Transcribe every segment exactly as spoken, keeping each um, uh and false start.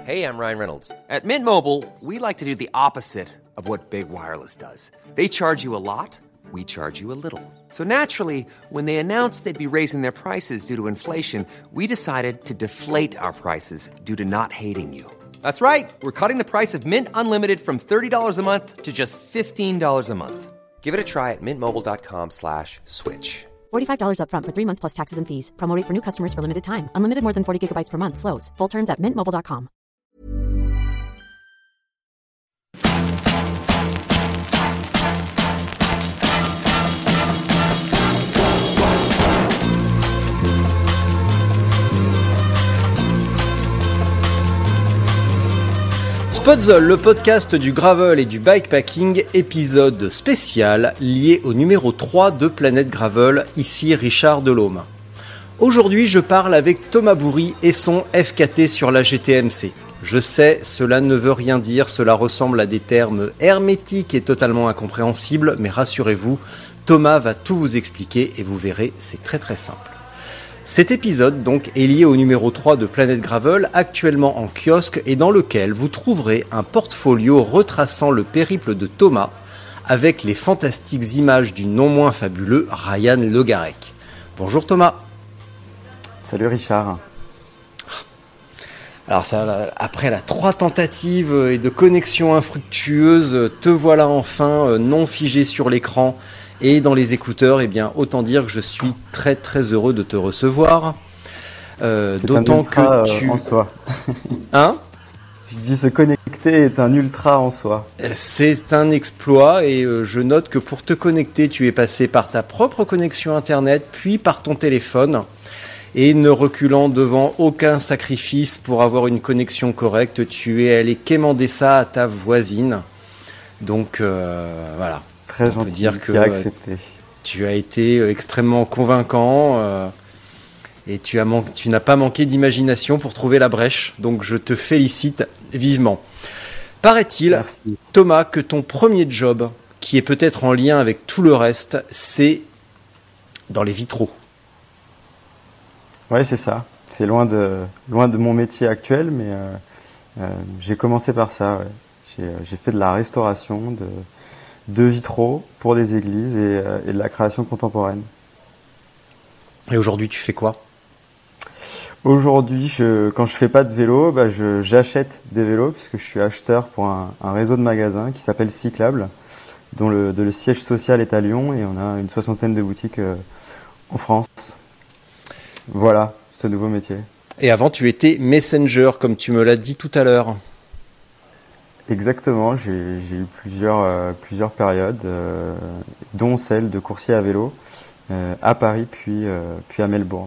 Hey, I'm Ryan Reynolds. At Mint Mobile, we like to do the opposite of what Big Wireless does. They charge you a lot, we charge you a little. So naturally, when they announced they'd be raising their prices due to inflation, we decided to deflate our prices due to not hating you. That's right. We're cutting the price of Mint Unlimited from thirty dollars a month to just fifteen dollars a month. Give it a try at mintmobile.com slash switch. forty-five dollars up front for three months plus taxes and fees. Promo rate for new customers for limited time. Unlimited more than forty gigabytes per month. Slows full terms at mint mobile dot com. Podzol, le podcast du gravel et du bikepacking, épisode spécial lié au numéro trois de Planète Gravel, ici Richard Delhomme. Aujourd'hui, je parle avec Thomas Bourri et son F K T sur la G T M C. Je sais, cela ne veut rien dire, cela ressemble à des termes hermétiques et totalement incompréhensibles, mais rassurez-vous, Thomas va tout vous expliquer et vous verrez, c'est très très simple. Cet épisode donc est lié au numéro trois de Planète Gravel, actuellement en kiosque et dans lequel vous trouverez un portfolio retraçant le périple de Thomas avec les fantastiques images du non moins fabuleux Ryan Le Garec. Bonjour Thomas. Salut Richard. Alors ça, après la trois tentatives et de connexion infructueuse, te voilà enfin non figé sur l'écran et dans les écouteurs. Eh bien, autant dire que je suis très très heureux de te recevoir. Euh, d'autant que tu... en soi. Hein ? Je dis se connecter est un ultra en soi. C'est un exploit et euh, je note que pour te connecter, tu es passé par ta propre connexion internet, puis par ton téléphone. Et ne reculant devant aucun sacrifice pour avoir une connexion correcte, tu es allé quémander ça à ta voisine. Donc euh, voilà. Très On gentil, peut dire que qui a accepté. Tu as été extrêmement convaincant euh, et tu, as man- tu n'as pas manqué d'imagination pour trouver la brèche. Donc je te félicite vivement. Paraît-il, Merci. Thomas, que ton premier job, qui est peut-être en lien avec tout le reste, c'est dans les vitraux. Oui, c'est ça. C'est loin de, loin de mon métier actuel, mais euh, euh, j'ai commencé par ça. Ouais. J'ai, j'ai fait de la restauration de, de vitraux pour des églises et, euh, et de la création contemporaine. Et aujourd'hui, tu fais quoi ? Aujourd'hui, je, quand je fais pas de vélo, bah je, j'achète des vélos puisque je suis acheteur pour un, un réseau de magasins qui s'appelle Cyclable, dont le, de, le siège social est à Lyon et on a une soixantaine de boutiques euh, en France. Voilà, ce nouveau métier. Et avant, tu étais messenger, comme tu me l'as dit tout à l'heure. Exactement, j'ai, j'ai eu plusieurs, euh, plusieurs périodes, euh, dont celle de coursier à vélo euh, à Paris puis, euh, puis à Melbourne.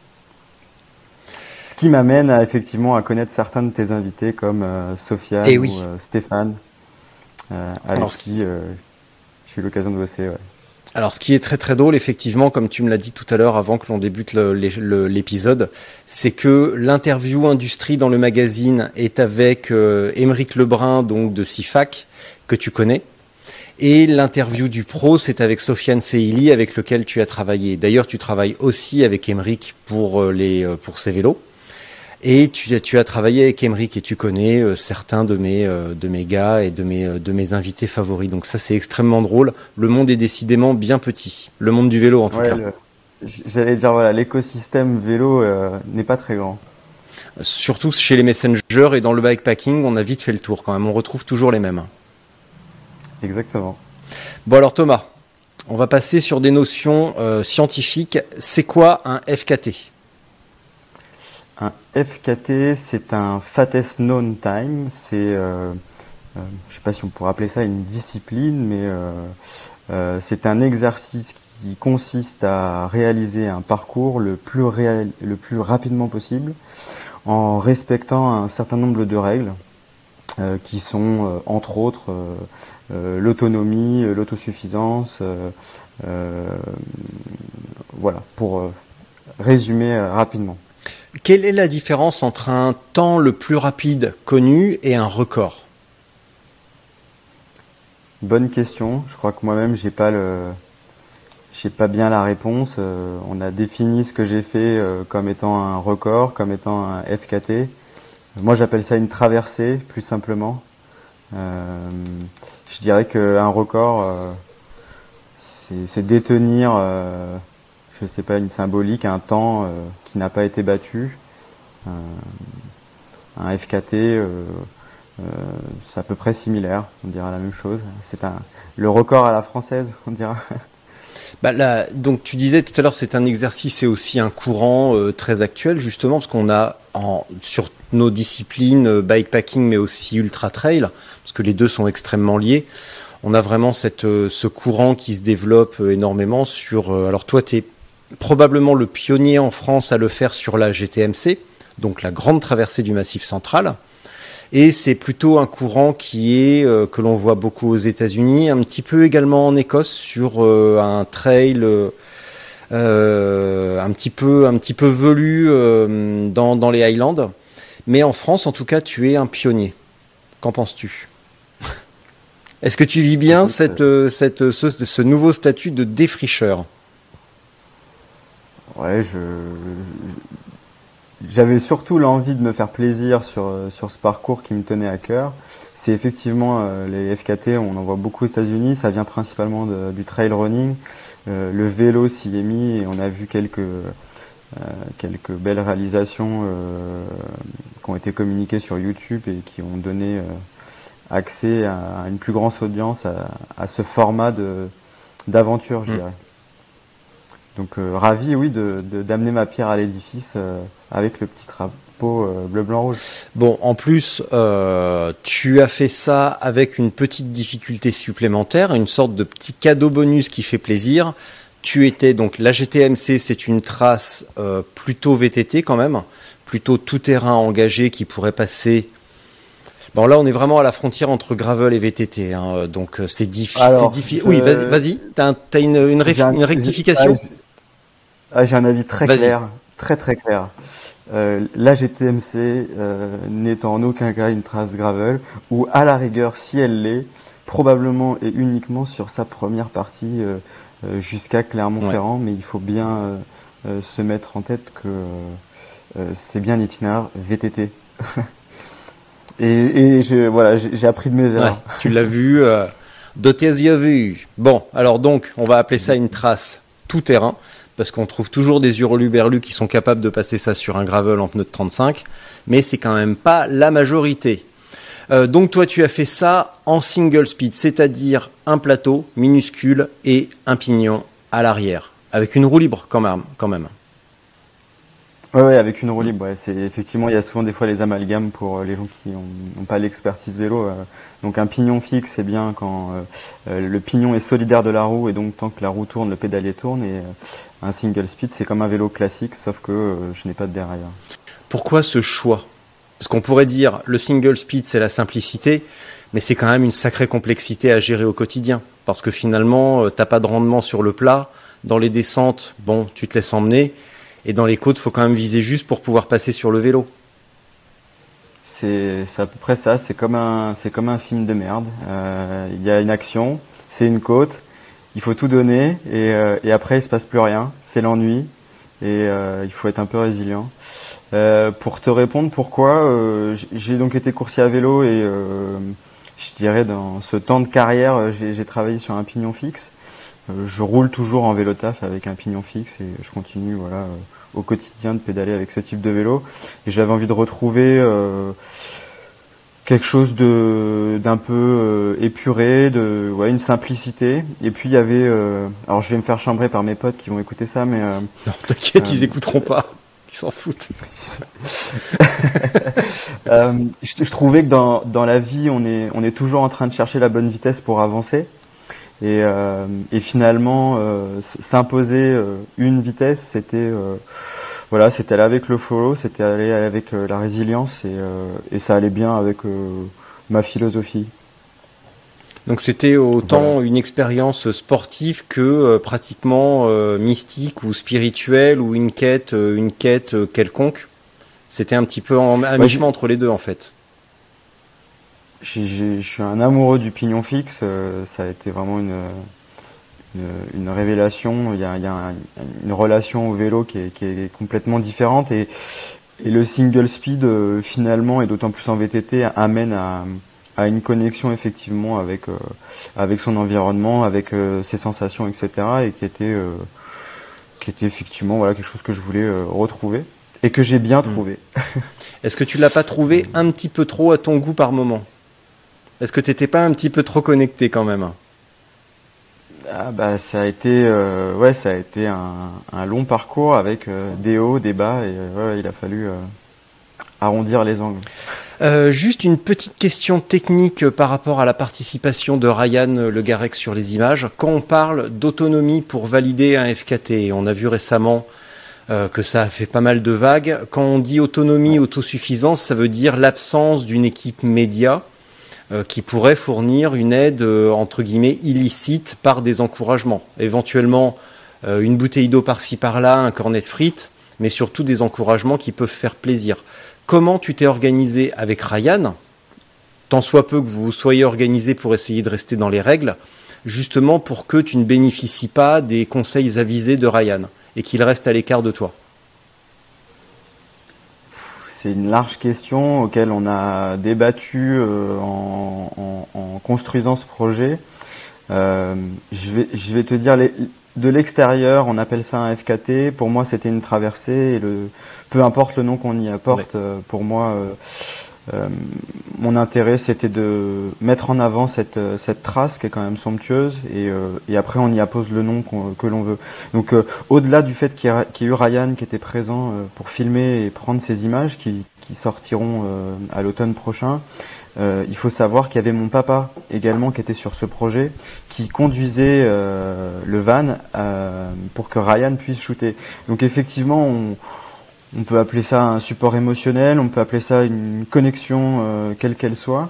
Ce qui m'amène à, effectivement à connaître certains de tes invités comme euh, Sofiane Eh oui. ou euh, Stéphane, euh, avec Alors, ce qui euh, j'ai eu l'occasion de bosser. Ouais. Alors, ce qui est très très drôle, effectivement, comme tu me l'as dit tout à l'heure avant que l'on débute le- le- l'épisode, c'est que l'interview industrie dans le magazine est avec euh, Émeric Lebrun, donc de Sifac, que tu connais, et l'interview du pro, c'est avec Sofiane Seili, avec lequel tu as travaillé. D'ailleurs, tu travailles aussi avec Émeric pour euh, les euh, pour ses vélos. Et tu, tu as travaillé avec Émeric et tu connais euh, certains de mes, euh, de mes gars et de mes, euh, de mes invités favoris. Donc ça, c'est extrêmement drôle. Le monde est décidément bien petit. Le monde du vélo, en tout Ouais, cas. le- j'allais dire, voilà, l'écosystème vélo euh, n'est pas très grand. Surtout chez les messengers et dans le bikepacking, on a vite fait le tour quand même. On retrouve toujours les mêmes. Exactement. Bon alors Thomas, on va passer sur des notions euh, scientifiques. C'est quoi un F K T ? Un F K T, c'est un Fastest Known Time. C'est, euh, euh, je ne sais pas si on pourrait appeler ça une discipline, mais euh, euh, c'est un exercice qui consiste à réaliser un parcours le plus, réal, le plus rapidement possible en respectant un certain nombre de règles euh, qui sont, euh, entre autres, euh, euh, l'autonomie, l'autosuffisance. Euh, euh, voilà, pour euh, résumer euh, rapidement. Quelle est la différence entre un temps le plus rapide connu et un record ? Bonne question. Je crois que moi-même, j'ai pas le, j'ai pas bien la réponse. Euh, on a défini ce que j'ai fait euh, comme étant un record, comme étant un F K T. Moi, j'appelle ça une traversée, plus simplement. Euh, je dirais qu'un record, euh, c'est, c'est détenir, euh, je sais pas, une symbolique, un temps euh, qui n'a pas été battu. Euh, un F K T, euh, euh, c'est à peu près similaire, on dira la même chose. C'est un, le record à la française, on dira. Bah là, donc tu disais tout à l'heure, c'est un exercice et aussi un courant euh, très actuel, justement, parce qu'on a en, sur nos disciplines, euh, bikepacking, mais aussi ultra trail, parce que les deux sont extrêmement liés. On a vraiment cette, euh, ce courant qui se développe euh, énormément sur. Euh, alors toi, tu es probablement le pionnier en France à le faire sur la G T M C, donc la grande traversée du Massif central. Et c'est plutôt un courant qui est euh, que l'on voit beaucoup aux États-Unis, un petit peu également en Écosse sur euh, un trail euh, un petit peu un petit peu velu euh, dans dans les Highlands. Mais en France, en tout cas, tu es un pionnier. Qu'en penses-tu ? Est-ce que tu vis bien cette euh, cette ce, ce nouveau statut de défricheur ? Ouais, je J'avais surtout l'envie de me faire plaisir sur, sur ce parcours qui me tenait à cœur. C'est effectivement euh, les F K T, on en voit beaucoup aux États-Unis, ça vient principalement de, du trail running. Euh, le vélo s'y est mis et on a vu quelques, euh, quelques belles réalisations euh, qui ont été communiquées sur YouTube et qui ont donné euh, accès à, à une plus grande audience à, à ce format de, d'aventure, je dirais. Mmh. Donc euh, ravi, oui, de, de, d'amener ma pierre à l'édifice euh, avec le petit drapeau euh, bleu, blanc, rouge. Bon, en plus, euh, tu as fait ça avec une petite difficulté supplémentaire, une sorte de petit cadeau bonus qui fait plaisir. Tu étais donc la G T M C, c'est une trace euh, plutôt V T T quand même, plutôt tout-terrain engagé qui pourrait passer. Bon, là, on est vraiment à la frontière entre gravel et V T T, hein, donc c'est difficile. Diffi- oui, vas-y, vas-y. T'as, t'as une, une, ré- un, une rectification. J'ai, ah, j'ai un avis très vas-y. clair, très très clair. Euh, la G T M C euh, n'est en aucun cas une trace gravel, ou à la rigueur, si elle l'est, probablement et uniquement sur sa première partie euh, euh, jusqu'à Clermont-Ferrand, ouais. Mais il faut bien euh, euh, se mettre en tête que euh, c'est bien l'itinéraire V T T. Et, et je, voilà, j'ai, j'ai appris de mes erreurs. Ouais, tu l'as vu, euh, de tes yeux vus. Bon, alors donc, on va appeler ça une trace tout-terrain, parce qu'on trouve toujours des hurluberlus qui sont capables de passer ça sur un gravel en pneu de trente-cinq, mais c'est quand même pas la majorité. Euh, donc toi, tu as fait ça en single speed, c'est-à-dire un plateau minuscule et un pignon à l'arrière, avec une roue libre quand même. Quand même. Ouais, ouais, avec une roue libre. Ouais. C'est effectivement, il y a souvent des fois les amalgames pour les gens qui n'ont pas l'expertise vélo. Euh, donc un pignon fixe, c'est bien quand euh, le pignon est solidaire de la roue et donc tant que la roue tourne, le pédalier tourne. Et euh, un single speed, c'est comme un vélo classique, sauf que euh, je n'ai pas de dérailleur. Pourquoi ce choix ? Parce qu'on pourrait dire le single speed, c'est la simplicité, mais c'est quand même une sacrée complexité à gérer au quotidien. Parce que finalement, t'as pas de rendement sur le plat. Dans les descentes, bon, tu te laisses emmener. Et dans les côtes, il faut quand même viser juste pour pouvoir passer sur le vélo. C'est, c'est à peu près ça, c'est comme un, c'est comme un film de merde. Euh, il y a une action, c'est une côte, il faut tout donner et, euh, et après il se passe plus rien, c'est l'ennui et euh, il faut être un peu résilient. Euh, pour te répondre pourquoi, euh, j'ai donc été coursier à vélo et euh, je dirais dans ce temps de carrière, j'ai, j'ai travaillé sur un pignon fixe. Euh, je roule toujours en vélo taf avec un pignon fixe et je continue voilà euh, au quotidien de pédaler avec ce type de vélo. Et j'avais envie de retrouver euh, quelque chose de d'un peu euh, épuré, de ouais une simplicité. Et puis il y avait, euh, alors je vais me faire chambrer par mes potes qui vont écouter ça, mais euh, non t'inquiète, euh, ils écouteront pas, ils s'en foutent. euh, je, je trouvais que dans dans la vie on est on est toujours en train de chercher la bonne vitesse pour avancer. Et, euh, et finalement, euh, s'imposer euh, une vitesse, c'était euh, voilà, c'était aller avec le follow, c'était aller avec euh, la résilience et, euh, et ça allait bien avec euh, ma philosophie. Donc c'était autant voilà. Une expérience sportive que euh, pratiquement euh, mystique ou spirituelle ou une quête, euh, une quête euh, quelconque. C'était un petit peu en, à mi-chemin entre les deux en fait. J'ai, j'ai, je suis un amoureux du pignon fixe, euh, ça a été vraiment une, une, une révélation. Il y a, il y a un, une relation au vélo qui est, qui est complètement différente et, et le single speed euh, finalement, et d'autant plus en V T T, amène à, à une connexion effectivement avec, euh, avec son environnement, avec euh, ses sensations, et cetera. Et qui était, euh, qui était effectivement voilà, quelque chose que je voulais euh, retrouver et que j'ai bien trouvé. Mmh. Est-ce que tu l'as pas trouvé un petit peu trop à ton goût par moment ? Est-ce que tu n'étais pas un petit peu trop connecté quand même ? Ah bah ça a été euh, ouais ça a été un, un long parcours avec euh, des hauts, des bas et euh, ouais, il a fallu euh, arrondir les angles. Euh, juste une petite question technique par rapport à la participation de Ryan Le Garec sur les images. Quand on parle d'autonomie pour valider un F K T, on a vu récemment euh, que ça a fait pas mal de vagues. Quand on dit autonomie, autosuffisance, ça veut dire l'absence d'une équipe média euh, qui pourrait fournir une aide euh, entre guillemets illicite par des encouragements. Éventuellement euh, une bouteille d'eau par-ci par-là, un cornet de frites, mais surtout des encouragements qui peuvent faire plaisir. Comment tu t'es organisé avec Ryan, tant soit peu que vous soyez organisé pour essayer de rester dans les règles, justement pour que tu ne bénéficies pas des conseils avisés de Ryan et qu'il reste à l'écart de toi? C'est une large question auquel on a débattu euh, en, en, en construisant ce projet. Euh, je vais, je vais te dire, les, de l'extérieur, on appelle ça un F K T. Pour moi, c'était une traversée. Et le, peu importe le nom qu'on y apporte, ouais. euh, pour moi, euh, euh, mon intérêt, c'était de mettre en avant cette, cette trace qui est quand même somptueuse. Et, euh, et après, on y appose le nom qu'on, que l'on veut. Donc, euh, au-delà du fait qu'il y, a, qu'il y ait eu Ryan qui était présent euh, pour filmer et prendre ces images qui, qui sortiront euh, à l'automne prochain, Euh, il faut savoir qu'il y avait mon papa également qui était sur ce projet, qui conduisait euh, le van euh, pour que Ryan puisse shooter. Donc effectivement, on, on peut appeler ça un support émotionnel, on peut appeler ça une connexion euh, quelle qu'elle soit.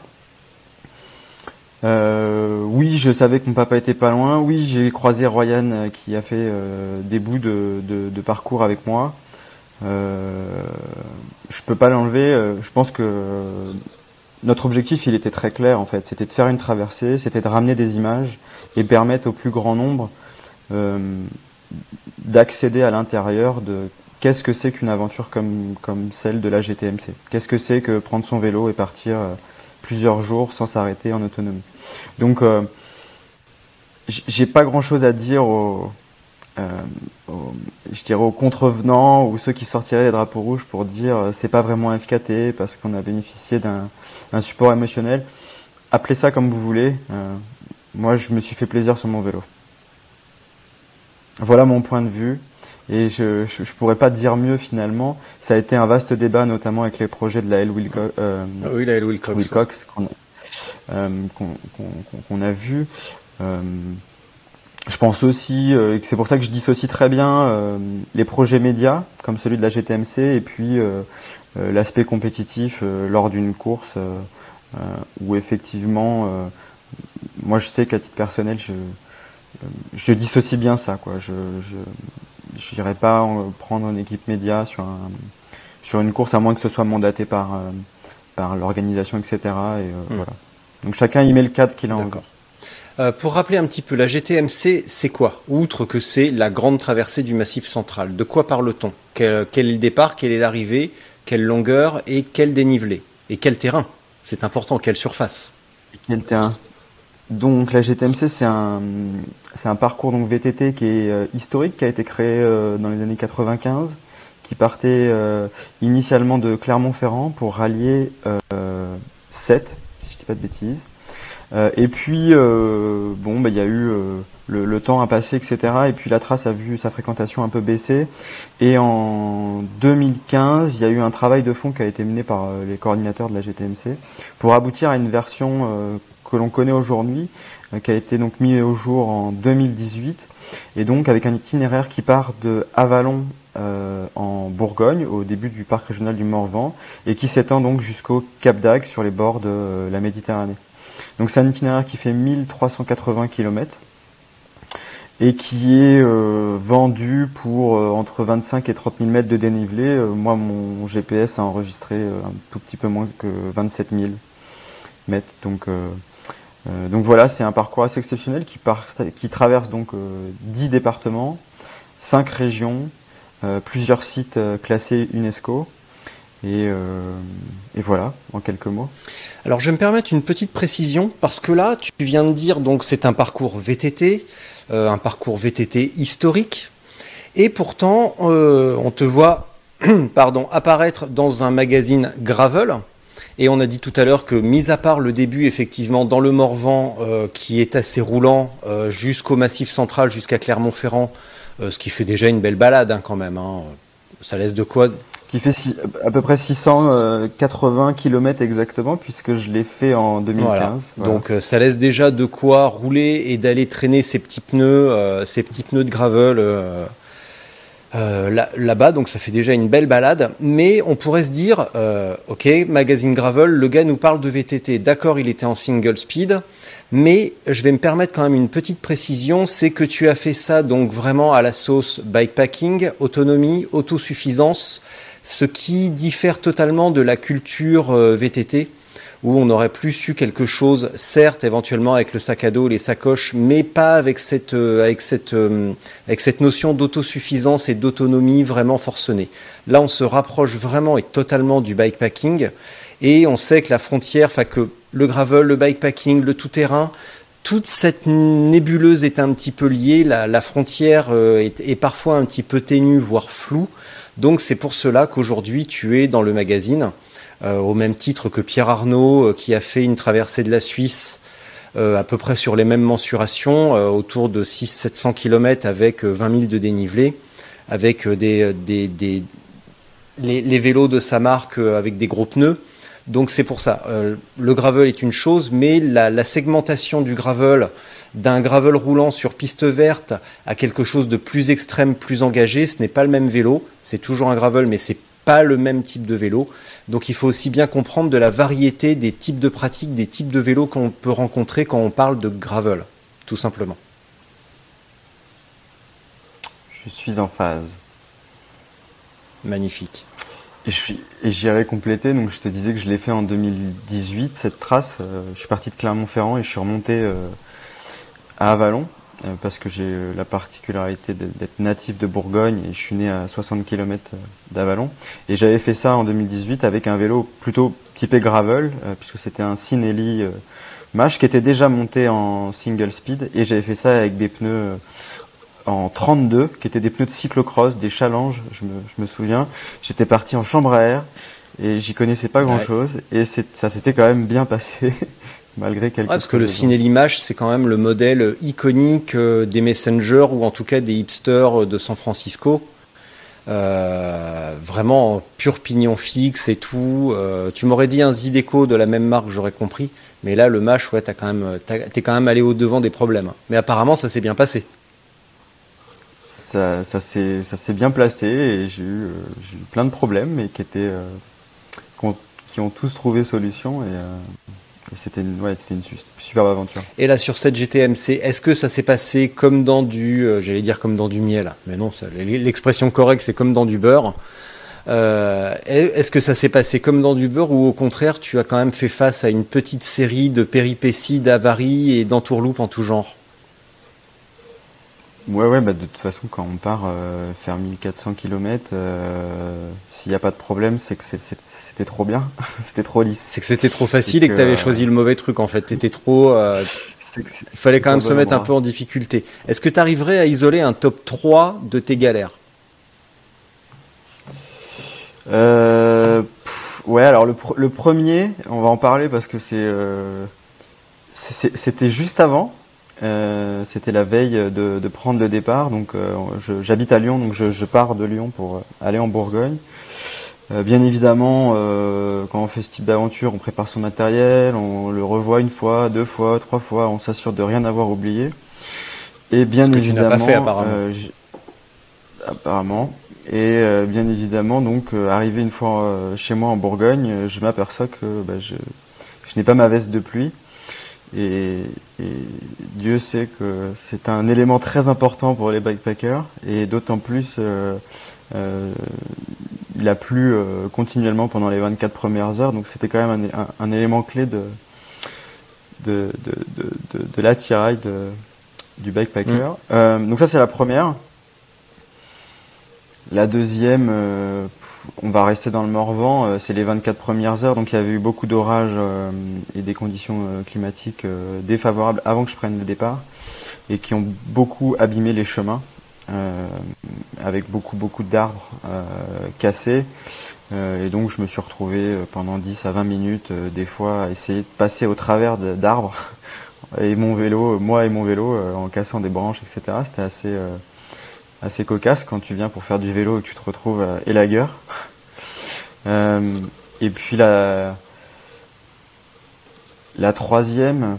Euh, oui, je savais que mon papa était pas loin. Oui, j'ai croisé Ryan euh, qui a fait euh, des bouts de, de, de parcours avec moi. Euh, je peux pas l'enlever. Euh, je pense que euh, notre objectif, il était très clair en fait, c'était de faire une traversée, c'était de ramener des images et permettre au plus grand nombre euh, d'accéder à l'intérieur de qu'est-ce que c'est qu'une aventure comme, comme celle de la G T M C. Qu'est-ce que c'est que prendre son vélo et partir euh, plusieurs jours sans s'arrêter en autonomie. Donc, euh, j'ai pas grand-chose à dire aux, euh, aux, je dirais aux contrevenants ou ceux qui sortiraient les drapeaux rouges pour dire euh, c'est pas vraiment un F K T parce qu'on a bénéficié d'un un support émotionnel. Appelez ça comme vous voulez. Euh, moi, je me suis fait plaisir sur mon vélo. Voilà mon point de vue. Et je je, je pourrais pas dire mieux finalement. Ça a été un vaste débat, notamment avec les projets de la L. Wilcox, euh, ah oui, la L. Wilcox, Wilcox qu'on, euh, qu'on, qu'on, qu'on a vu. Euh, je pense aussi, euh, que c'est pour ça que je dissocie très bien euh, les projets médias, comme celui de la G T M C, et puis euh, Euh, l'aspect compétitif euh, lors d'une course euh, euh, où effectivement euh, moi je sais qu'à titre personnel je, euh, je dissocie bien ça quoi. Je je n'irai pas euh, prendre une équipe média sur un, sur une course à moins que ce soit mandaté par, euh, par l'organisation, et cetera. Et, euh, mmh. Voilà. Donc chacun y met le cadre qu'il a envie. Euh, pour rappeler un petit peu, la G T M C, c'est quoi? Outre que c'est la grande traversée du Massif central, de quoi parle-t-on? quel, quel est le départ? Quelle est l'arrivée? Quelle longueur et quel dénivelé? Et quel terrain? C'est important, quelle surface? Et quel terrain? Donc la G T M C, c'est un, c'est un parcours donc V T T qui est euh, historique, qui a été créé euh, dans les années quatre-vingt-quinze, qui partait euh, initialement de Clermont-Ferrand pour rallier euh, Sète, si je dis pas de bêtises. Euh, et puis, euh, bon, bah, il y a eu euh, le, le temps à passer, et cetera. Et puis la trace a vu sa fréquentation un peu baisser. Et en deux mille quinze, il y a eu un travail de fond qui a été mené par euh, les coordinateurs de la G T M C pour aboutir à une version euh, que l'on connaît aujourd'hui, euh, qui a été donc mise au jour en deux mille dix-huit. Et donc avec un itinéraire qui part de Avallon euh, en Bourgogne, au début du parc régional du Morvan, et qui s'étend donc jusqu'au Cap d'Agde sur les bords de euh, la Méditerranée. Donc c'est un itinéraire qui fait mille trois cent quatre-vingts kilomètres et qui est euh, vendu pour euh, entre vingt-cinq et trente mille mètres de dénivelé. Euh, moi, mon G P S a enregistré euh, un tout petit peu moins que vingt-sept mille mètres. Donc, euh, euh, donc voilà, c'est un parcours assez exceptionnel qui, part, qui traverse donc euh, dix départements, cinq régions, euh, plusieurs sites euh, classés UNESCO. Et, euh, et voilà, en quelques mots. Alors je vais me permettre une petite précision, parce que là, tu viens de dire, donc c'est un parcours V T T, euh, un parcours V T T historique, et pourtant, euh, on te voit pardon, apparaître dans un magazine Gravel. Et on a dit tout à l'heure que, mis à part le début, effectivement, dans le Morvan, euh, qui est assez roulant, euh, jusqu'au Massif Central, jusqu'à Clermont-Ferrand, euh, ce qui fait déjà une belle balade hein, quand même. Hein. Ça laisse de quoi... Qui fait six, à peu près six cent quatre-vingts kilomètres exactement, puisque je l'ai fait en deux mille quinze. Voilà. Voilà. Donc euh, ça laisse déjà de quoi rouler et d'aller traîner ces petits pneus, euh, ces petits pneus de gravel euh, euh, là, là-bas. Donc ça fait déjà une belle balade. Mais on pourrait se dire, euh, ok, magazine gravel, le gars nous parle de V T T. D'accord, il était en single speed. Mais je vais me permettre quand même une petite précision, c'est que tu as fait ça donc vraiment à la sauce bikepacking, autonomie, autosuffisance, ce qui diffère totalement de la culture euh, V T T, où on aurait plus eu quelque chose, certes éventuellement avec le sac à dos, les sacoches, mais pas avec cette, euh, avec cette, euh, avec cette notion d'autosuffisance et d'autonomie vraiment forcenée. Là, on se rapproche vraiment et totalement du bikepacking, et on sait que la frontière, enfin que le gravel, le bikepacking, le tout-terrain, toute cette nébuleuse est un petit peu liée, la, la frontière euh, est, est parfois un petit peu ténue, voire floue. Donc c'est pour cela qu'aujourd'hui tu es dans le magazine, euh, au même titre que Pierre Arnaud, euh, qui a fait une traversée de la Suisse euh, à peu près sur les mêmes mensurations, euh, autour de six cents à sept cents kilomètres avec euh, vingt mille de dénivelé, avec euh, des, des, des, les, les vélos de sa marque euh, avec des gros pneus. Donc c'est pour ça, euh, le gravel est une chose, mais la, la segmentation du gravel, d'un gravel roulant sur piste verte à quelque chose de plus extrême, plus engagé, ce n'est pas le même vélo, c'est toujours un gravel, mais c'est pas le même type de vélo. Donc il faut aussi bien comprendre de la variété des types de pratiques, des types de vélos qu'on peut rencontrer quand on parle de gravel, tout simplement. Je suis en phase. Magnifique. Et je suis, et j'irai compléter, donc je te disais que je l'ai fait en deux mille dix-huit, cette trace. Euh, je suis parti de Clermont-Ferrand et je suis remonté euh, à Avallon, euh, parce que j'ai euh, la particularité d'être natif de Bourgogne et je suis né à soixante kilomètres d'Avallon. Et j'avais fait ça en deux mille dix-huit avec un vélo plutôt typé gravel, euh, puisque c'était un Sinelli euh, Mash qui était déjà monté en single speed, et j'avais fait ça avec des pneus euh, en trente-deux, qui étaient des pneus de cyclocross, des challenges, je me, je me souviens. J'étais parti en chambre à air et j'y connaissais pas grand chose, ouais. Et c'est, ça s'était quand même bien passé, malgré quelques... Ouais, parce que le Sinelli Mash, c'est quand même le modèle iconique des messengers, ou en tout cas des hipsters de San Francisco. Euh, vraiment pur pignon fixe et tout. Euh, tu m'aurais dit un Zydeco de la même marque, j'aurais compris. Mais là, le Mash, ouais, t'as quand même, t'as, t'es quand même allé au-devant des problèmes. Mais apparemment, ça s'est bien passé. Ça, ça, s'est, ça s'est bien placé et j'ai eu, euh, j'ai eu plein de problèmes, mais qui, étaient, euh, qui, ont, qui ont tous trouvé solution. Et, euh, et c'était, une, ouais, c'était une superbe aventure. Et là, sur cette G T M C, est-ce que ça s'est passé comme dans du... Euh, j'allais dire comme dans du miel. Mais non, ça, l'expression correcte, c'est comme dans du beurre. Euh, est-ce que ça s'est passé comme dans du beurre, ou au contraire, tu as quand même fait face à une petite série de péripéties, d'avaries et d'entourloupes en tout genre? Ouais, ouais, bah de toute façon, quand on part euh, faire mille quatre cents kilomètres, euh, s'il n'y a pas de problème, c'est que c'est, c'est, c'était trop bien, c'était trop lisse. C'est que c'était trop facile et que, que tu avais euh... choisi le mauvais truc, en fait. T'étais trop... Euh... C'est que c'est, il fallait quand même bon se mettre endroit. Un peu en difficulté. Est-ce que tu arriverais à isoler un top trois de tes galères? euh, pff, Ouais, alors le, pr- le premier, on va en parler parce que c'est, euh, c'est, c'est c'était juste avant. Euh, c'était la veille de, de prendre le départ, donc euh, je, j'habite à Lyon, donc je, je pars de Lyon pour aller en Bourgogne. Euh, bien évidemment, euh, quand on fait ce type d'aventure, on prépare son matériel, on le revoit une fois, deux fois, trois fois, on s'assure de rien avoir oublié. Et bien ce que évidemment, tu n'as pas fait apparemment. Euh, apparemment. Et euh, bien évidemment, donc euh, arrivé une fois euh, chez moi en Bourgogne, euh, je m'aperçois que bah, je, je n'ai pas ma veste de pluie. Et, et Dieu sait que c'est un élément très important pour les bikepackers, et d'autant plus euh, euh, il a plu euh, continuellement pendant les vingt-quatre premières heures, donc c'était quand même un, un, un élément clé de, de, de, de, de, de l'attirail de, du bikepacker. Mmh. Euh, donc ça c'est la première. La deuxième, euh, on va rester dans le Morvan, euh, c'est les vingt-quatre premières heures, donc il y avait eu beaucoup d'orages euh, et des conditions euh, climatiques euh, défavorables avant que je prenne le départ, et qui ont beaucoup abîmé les chemins, euh, avec beaucoup beaucoup d'arbres euh, cassés, euh, et donc je me suis retrouvé euh, pendant dix à vingt minutes, euh, des fois, à essayer de passer au travers de, d'arbres, et mon vélo, moi et mon vélo, euh, en cassant des branches, et cetera. C'était assez... Euh, assez cocasse quand tu viens pour faire du vélo et que tu te retrouves à élagueur. Euh, et puis la, la troisième,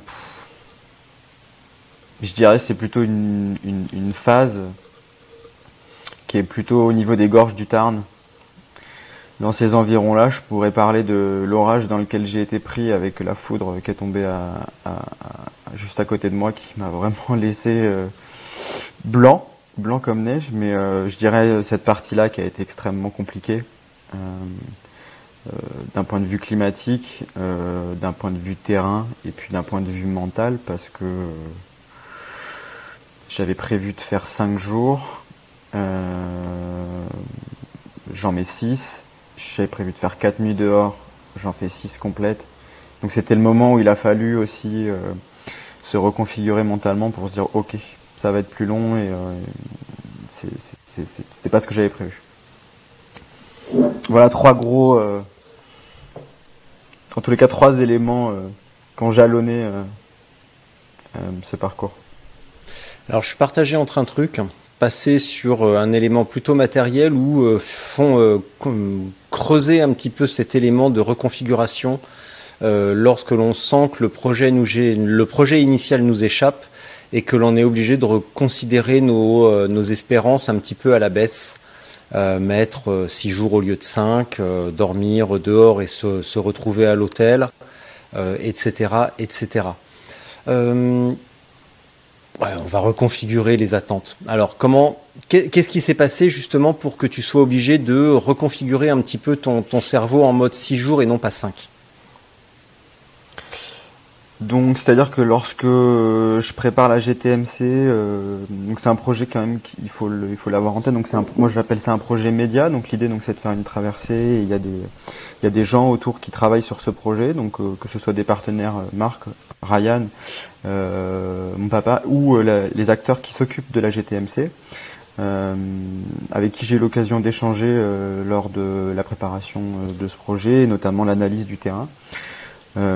je dirais c'est plutôt une, une, une phase qui est plutôt au niveau des gorges du Tarn. Dans ces environs-là, je pourrais parler de l'orage dans lequel j'ai été pris avec la foudre qui est tombée à, à, à, juste à côté de moi, qui m'a vraiment laissé euh, blanc. Blanc comme neige, mais euh, je dirais cette partie-là qui a été extrêmement compliquée euh, euh, d'un point de vue climatique, euh, d'un point de vue terrain et puis d'un point de vue mental, parce que euh, j'avais prévu de faire cinq jours, euh, j'en mets six, j'avais prévu de faire quatre nuits dehors, j'en fais six complètes. Donc c'était le moment où il a fallu aussi euh, se reconfigurer mentalement pour se dire ok, ça va être plus long et euh, c'est, c'est, c'est, c'était pas ce que j'avais prévu. Voilà trois gros, euh, en tous les cas trois éléments euh, qui ont jalonné euh, euh, ce parcours. Alors je suis partagé entre un truc, passer sur euh, un élément plutôt matériel ou euh, font euh, creuser un petit peu cet élément de reconfiguration euh, lorsque l'on sent que le projet, nous, le projet initial nous échappe et que l'on est obligé de reconsidérer nos, euh, nos espérances un petit peu à la baisse, euh, mettre euh, six jours au lieu de cinq, euh, dormir dehors et se, se retrouver à l'hôtel, euh, et cetera, et cetera. Euh, ouais, on va reconfigurer les attentes. Alors, comment, qu'est-ce qui s'est passé justement pour que tu sois obligé de reconfigurer un petit peu ton, ton cerveau en mode six jours et non pas cinq? Donc, c'est-à-dire que lorsque je prépare la G T M C, euh, donc c'est un projet quand même qu'il faut le, il faut l'avoir en tête. Donc c'est un, moi j'appelle ça un projet média. Donc l'idée donc c'est de faire une traversée. Et il y a des, il y a des gens autour qui travaillent sur ce projet. Donc euh, que ce soit des partenaires, Marc, Ryan, euh, mon papa ou euh, la, les acteurs qui s'occupent de la G T M C, euh, avec qui j'ai eu l'occasion d'échanger euh, lors de la préparation de ce projet, et notamment l'analyse du terrain. Euh,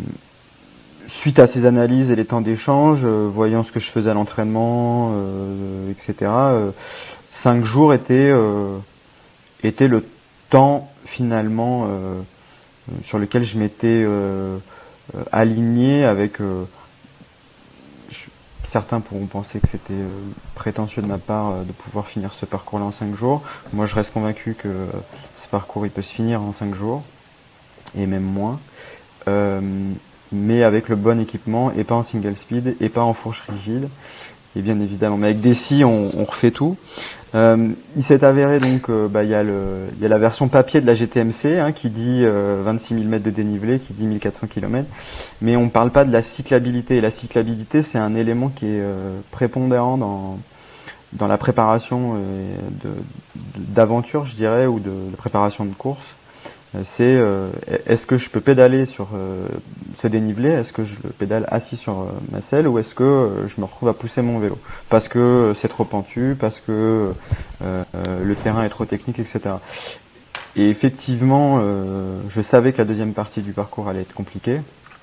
Suite à ces analyses et les temps d'échange, euh, voyant ce que je faisais à l'entraînement, euh, et cetera, euh, cinq jours étaient, euh, étaient le temps finalement euh, sur lequel je m'étais euh, euh, aligné avec... Euh, je, certains pourront penser que c'était euh, prétentieux de ma part euh, de pouvoir finir ce parcours-là en cinq jours. Moi, je reste convaincu que euh, ce parcours, il peut se finir en cinq jours, et même moins. Euh, mais avec le bon équipement, et pas en single speed, et pas en fourche rigide, et bien évidemment. Mais avec des scies, on, on refait tout. Euh, il s'est avéré donc, euh, bah, il y a le, il y a la version papier de la G T M C, hein, qui dit euh, vingt-six mille mètres de dénivelé, qui dit mille quatre cents kilomètres, mais on ne parle pas de la cyclabilité. Et la cyclabilité, c'est un élément qui est euh, prépondérant dans, dans la préparation euh, de, de, d'aventure, je dirais, ou de, de préparation de course. C'est euh, est-ce que je peux pédaler sur euh, ce dénivelé, est-ce que je le pédale assis sur euh, ma selle, ou est-ce que euh, je me retrouve à pousser mon vélo parce que euh, c'est trop pentu, parce que euh, euh, le terrain est trop technique, et cetera. Et effectivement, euh, je savais que la deuxième partie du parcours allait être compliquée,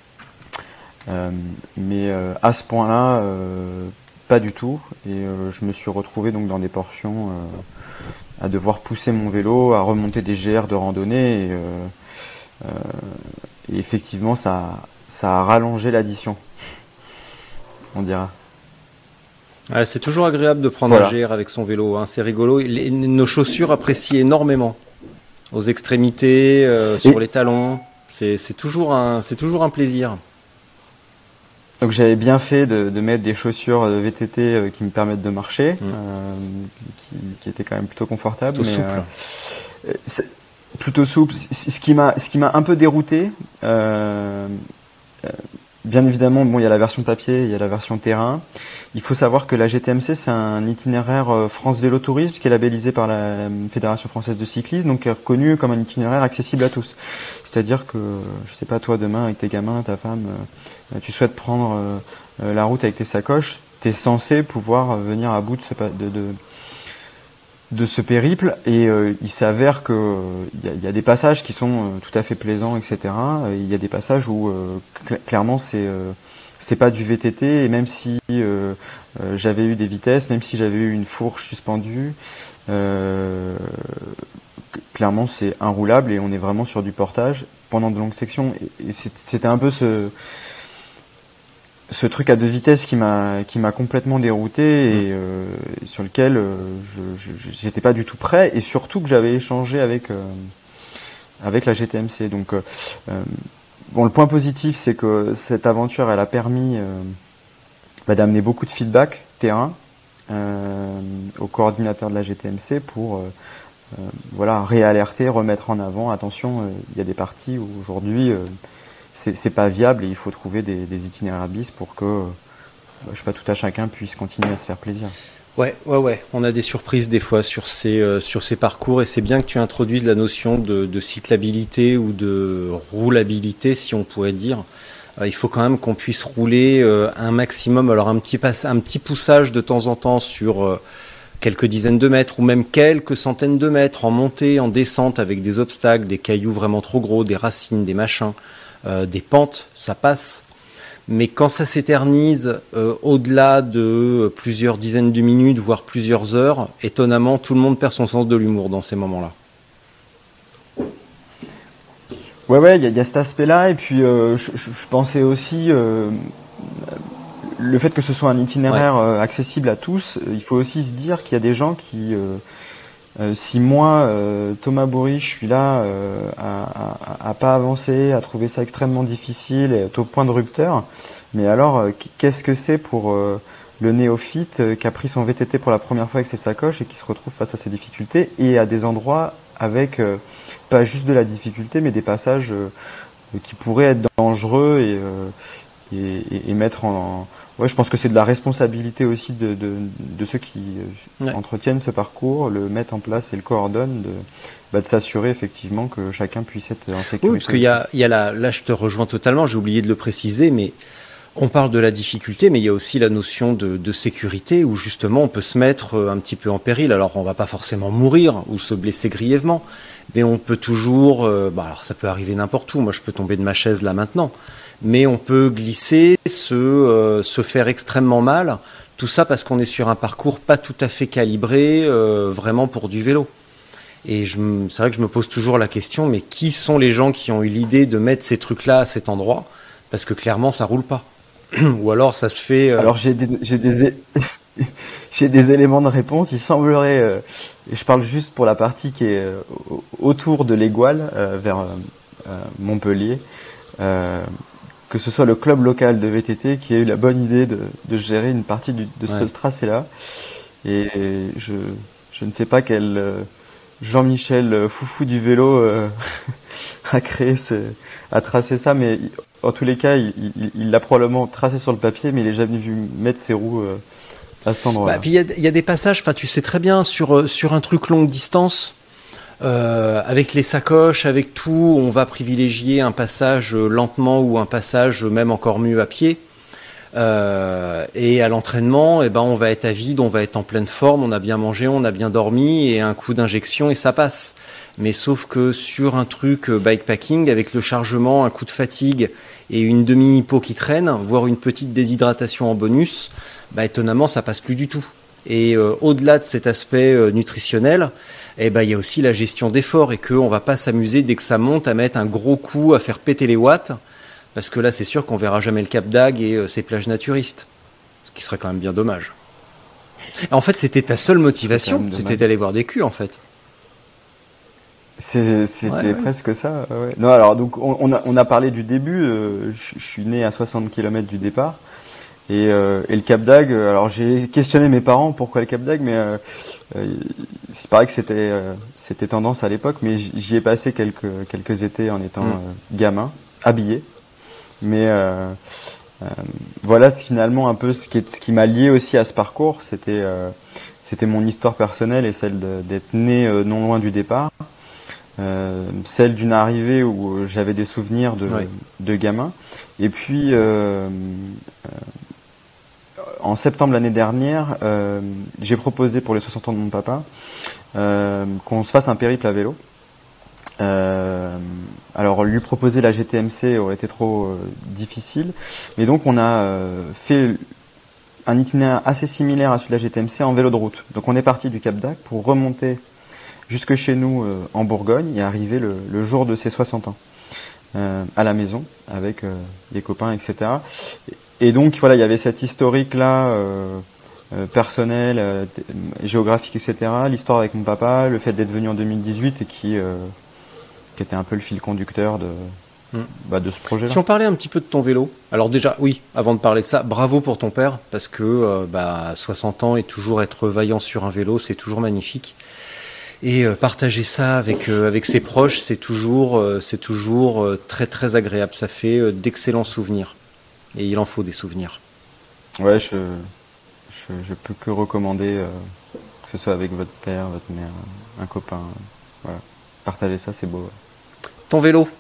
euh, mais euh, à ce point-là, euh, pas du tout. Et euh, je me suis retrouvé donc dans des portions euh, à devoir pousser mon vélo, à remonter des G R de randonnée, et, euh, euh, et effectivement ça, ça a rallongé l'addition, on dira. Ouais, c'est toujours agréable de prendre voilà. un G R avec son vélo, hein. C'est rigolo. Les, nos chaussures apprécient énormément, aux extrémités, euh, sur et... les talons, c'est, c'est, toujours un, c'est toujours un plaisir. Donc j'avais bien fait de, de mettre des chaussures V T T euh, qui me permettent de marcher, mmh. euh, qui, qui étaient quand même plutôt confortables. Plutôt mais, souple. Euh, c'est plutôt souple. Ce qui m'a, ce qui m'a un peu dérouté, euh, euh, bien évidemment, bon, il y a la version papier, il y a la version terrain. Il faut savoir que la G T M C, c'est un itinéraire euh, France Vélo Tourisme qui est labellisé par la Fédération Française de Cyclisme, donc est reconnu comme un itinéraire accessible à tous. C'est-à-dire que, je sais pas, toi, demain, avec tes gamins, ta femme, euh, tu souhaites prendre euh, la route avec tes sacoches, t'es censé pouvoir venir à bout de ce, de, de, de ce périple, et euh, il s'avère que il euh, y, y a des passages qui sont euh, tout à fait plaisants, et cetera. Il y a des passages où euh, cl- clairement c'est euh, c'est pas du V T T, et même si euh, euh, j'avais eu des vitesses, même si j'avais eu une fourche suspendue, euh, clairement c'est inroulable et on est vraiment sur du portage pendant de longues sections. Et, et c'était un peu ce ce truc à deux vitesses qui m'a qui m'a complètement dérouté et euh, sur lequel euh, je, je j'étais pas du tout prêt, et surtout que j'avais échangé avec euh, avec la G T M C. Donc euh, bon, le point positif, c'est que cette aventure, elle a permis euh, bah, d'amener beaucoup de feedback terrain euh, au coordinateur de la G T M C pour euh, euh, voilà, réalerter, remettre en avant, attention, il euh, y a des parties où aujourd'hui euh, c'est, c'est pas viable et il faut trouver des, des itinéraires bis pour que euh, bah, je sais pas, tout à chacun puisse continuer à se faire plaisir. Ouais, ouais, ouais. On a des surprises des fois sur ces euh, sur ces parcours, et c'est bien que tu introduises la notion de, de cyclabilité ou de roulabilité, si on pourrait dire. Euh, il faut quand même qu'on puisse rouler euh, un maximum. Alors un petit pass, un petit poussage de temps en temps sur euh, quelques dizaines de mètres ou même quelques centaines de mètres en montée, en descente avec des obstacles, des cailloux vraiment trop gros, des racines, des machins, euh, des pentes, ça passe. Mais quand ça s'éternise euh, au-delà de plusieurs dizaines de minutes, voire plusieurs heures, étonnamment, tout le monde perd son sens de l'humour dans ces moments-là. Ouais, ouais, il y, y a cet aspect-là. Et puis, euh, je, je pensais aussi, euh, le fait que ce soit un itinéraire ouais. euh, accessible à tous, il faut aussi se dire qu'il y a des gens qui... Euh, Euh, si moi, euh, Thomas Bourri, je suis là euh, à, à, à pas avancer, à trouver ça extrêmement difficile et être au point de rupteur, mais alors euh, qu'est-ce que c'est pour euh, le néophyte euh, qui a pris son V T T pour la première fois avec ses sacoches et qui se retrouve face à ces difficultés et à des endroits avec euh, pas juste de la difficulté, mais des passages euh, qui pourraient être dangereux et, euh, et, et, et mettre en... Ouais, je pense que c'est de la responsabilité aussi de, de, de ceux qui ouais. entretiennent ce parcours, le mettent en place et le coordonnent, de, bah, de s'assurer effectivement que chacun puisse être en sécurité. Oui, parce qu'il y a, il y a la, là je te rejoins totalement, j'ai oublié de le préciser, mais on parle de la difficulté, mais il y a aussi la notion de, de sécurité où justement on peut se mettre un petit peu en péril. Alors on va pas forcément mourir ou se blesser grièvement, mais on peut toujours, euh, bah alors ça peut arriver n'importe où, moi je peux tomber de ma chaise là maintenant, mais on peut glisser, se, euh, se faire extrêmement mal, tout ça parce qu'on est sur un parcours pas tout à fait calibré euh, vraiment pour du vélo. Et je, c'est vrai que je me pose toujours la question, mais qui sont les gens qui ont eu l'idée de mettre ces trucs-là à cet endroit ? Parce que clairement ça roule pas. Ou alors ça se fait... Euh... Alors j'ai des, j'ai, des, j'ai des éléments de réponse, il semblerait, euh, et je parle juste pour la partie qui est euh, autour de l'Égoile, euh, vers euh, Montpellier, euh, que ce soit le club local de V T T qui a eu la bonne idée de, de gérer une partie du, de ouais. ce tracé-là. Et je, je ne sais pas quel euh, Jean-Michel foufou du vélo euh, a créé, ce, a tracé ça, mais en tous les cas, il, il, il l'a probablement tracé sur le papier, mais il n'est jamais vu mettre ses roues euh, à cet endroit-là. Bah, puis il y, y a des passages, enfin tu sais très bien, sur, sur un truc longue distance, Euh, avec les sacoches, avec tout, on va privilégier un passage lentement ou un passage même encore mieux à pied. Euh, et à l'entraînement, eh ben, on va être à vide, on va être en pleine forme, on a bien mangé, on a bien dormi, et un coup d'injection et ça passe. Mais sauf que sur un truc bikepacking, avec le chargement, un coup de fatigue et une demi-hypo qui traîne, voire une petite déshydratation en bonus, bah, étonnamment, ça passe plus du tout. Et euh, au-delà de cet aspect euh, nutritionnel, eh ben, il y a aussi la gestion d'effort et qu'on ne va pas s'amuser dès que ça monte à mettre un gros coup, à faire péter les watts, parce que là c'est sûr qu'on ne verra jamais le Cap d'Agde et euh, ses plages naturistes, ce qui serait quand même bien dommage. En fait, c'était ta seule motivation, c'était d'aller voir des culs en fait. C'est, c'était ouais, ouais. presque ça. Ouais. Non, alors donc on, on, a, on a parlé du début, euh, je, je suis né à soixante kilomètres du départ. Et, euh, et le Cap d'Agde, alors j'ai questionné mes parents pourquoi le Cap d'Agde, mais euh, euh, c'est pareil que c'était euh, c'était tendance à l'époque, mais j'y ai passé quelques quelques étés en étant mmh. euh, gamin, habillé. Mais euh, euh, voilà finalement un peu ce qui, est, ce qui m'a lié aussi à ce parcours. C'était, euh, c'était mon histoire personnelle et celle de, d'être né euh, non loin du départ. Euh, celle d'une arrivée où j'avais des souvenirs de, ouais. de gamin. Et puis, euh, euh, en septembre l'année dernière, euh, j'ai proposé pour les soixante ans de mon papa euh, qu'on se fasse un périple à vélo. Euh, alors, lui proposer la G T M C aurait été trop euh, difficile. Mais donc, on a euh, fait un itinéraire assez similaire à celui de la G T M C en vélo de route. Donc, on est parti du Cap d'Agde pour remonter jusque chez nous euh, en Bourgogne et arriver le, le jour de ses soixante ans euh, à la maison avec euh, des copains, et cetera. Et, et donc voilà, il y avait cette historique-là euh, euh, personnelle, euh, t- géographique, et cetera. L'histoire avec mon papa, le fait d'être venu en deux mille dix-huit et qui, euh, qui était un peu le fil conducteur de, mmh. bah, de ce projet-là. Si on parlait un petit peu de ton vélo, alors déjà, oui, avant de parler de ça, bravo pour ton père, parce que euh, bah, soixante ans et toujours être vaillant sur un vélo, c'est toujours magnifique. Et euh, partager ça avec euh, avec ses proches, c'est toujours euh, c'est toujours euh, très très agréable. Ça fait euh, d'excellents souvenirs. Et il en faut des souvenirs. Ouais, je je, je peux que recommander euh, que ce soit avec votre père, votre mère, un copain. Euh, voilà, partager ça, c'est beau. Ton vélo?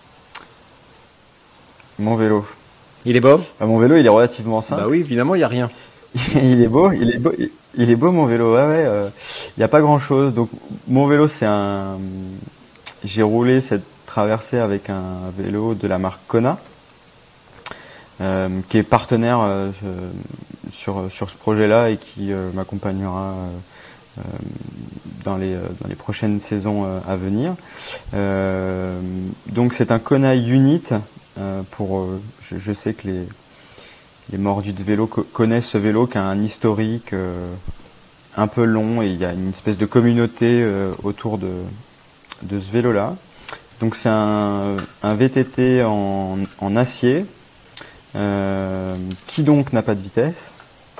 Mon vélo. Il est beau? Bah, mon vélo, il est relativement simple. Bah oui, évidemment, il y a rien. il est beau, il est beau. Il... Il est beau mon vélo, ouais, ouais. Il euh, n'y a pas grand chose. Donc mon vélo, c'est un. J'ai roulé cette traversée avec un vélo de la marque Kona, euh, qui est partenaire euh, sur sur ce projet-là et qui euh, m'accompagnera euh, dans les dans les prochaines saisons euh, à venir. Euh, donc c'est un Kona Unit euh, pour. Euh, je, je sais que les Les mordus de vélo co- connaissent ce vélo qui a un historique euh, un peu long et il y a une espèce de communauté euh, autour de, de ce vélo-là. Donc c'est un, un V T T en, en acier euh, qui donc n'a pas de vitesse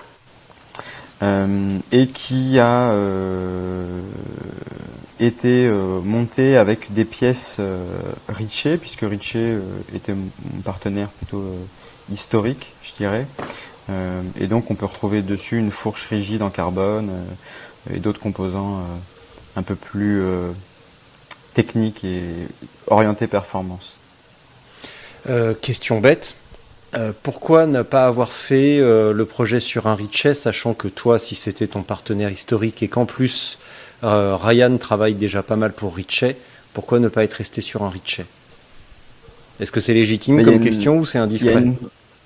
euh, et qui a euh, été euh, monté avec des pièces euh, Ritchey, puisque Ritchey euh, était mon partenaire plutôt euh, historique, je dirais. Euh, et donc on peut retrouver dessus une fourche rigide en carbone euh, et d'autres composants euh, un peu plus euh, techniques et orientés performance. Euh, question bête. Euh, pourquoi ne pas avoir fait euh, le projet sur un Ritchey, sachant que toi, si c'était ton partenaire historique et qu'en plus euh, Ryan travaille déjà pas mal pour Ritchey, pourquoi ne pas être resté sur un Ritchey? Est-ce que c'est légitime Mais comme une... question ou c'est indiscret? une...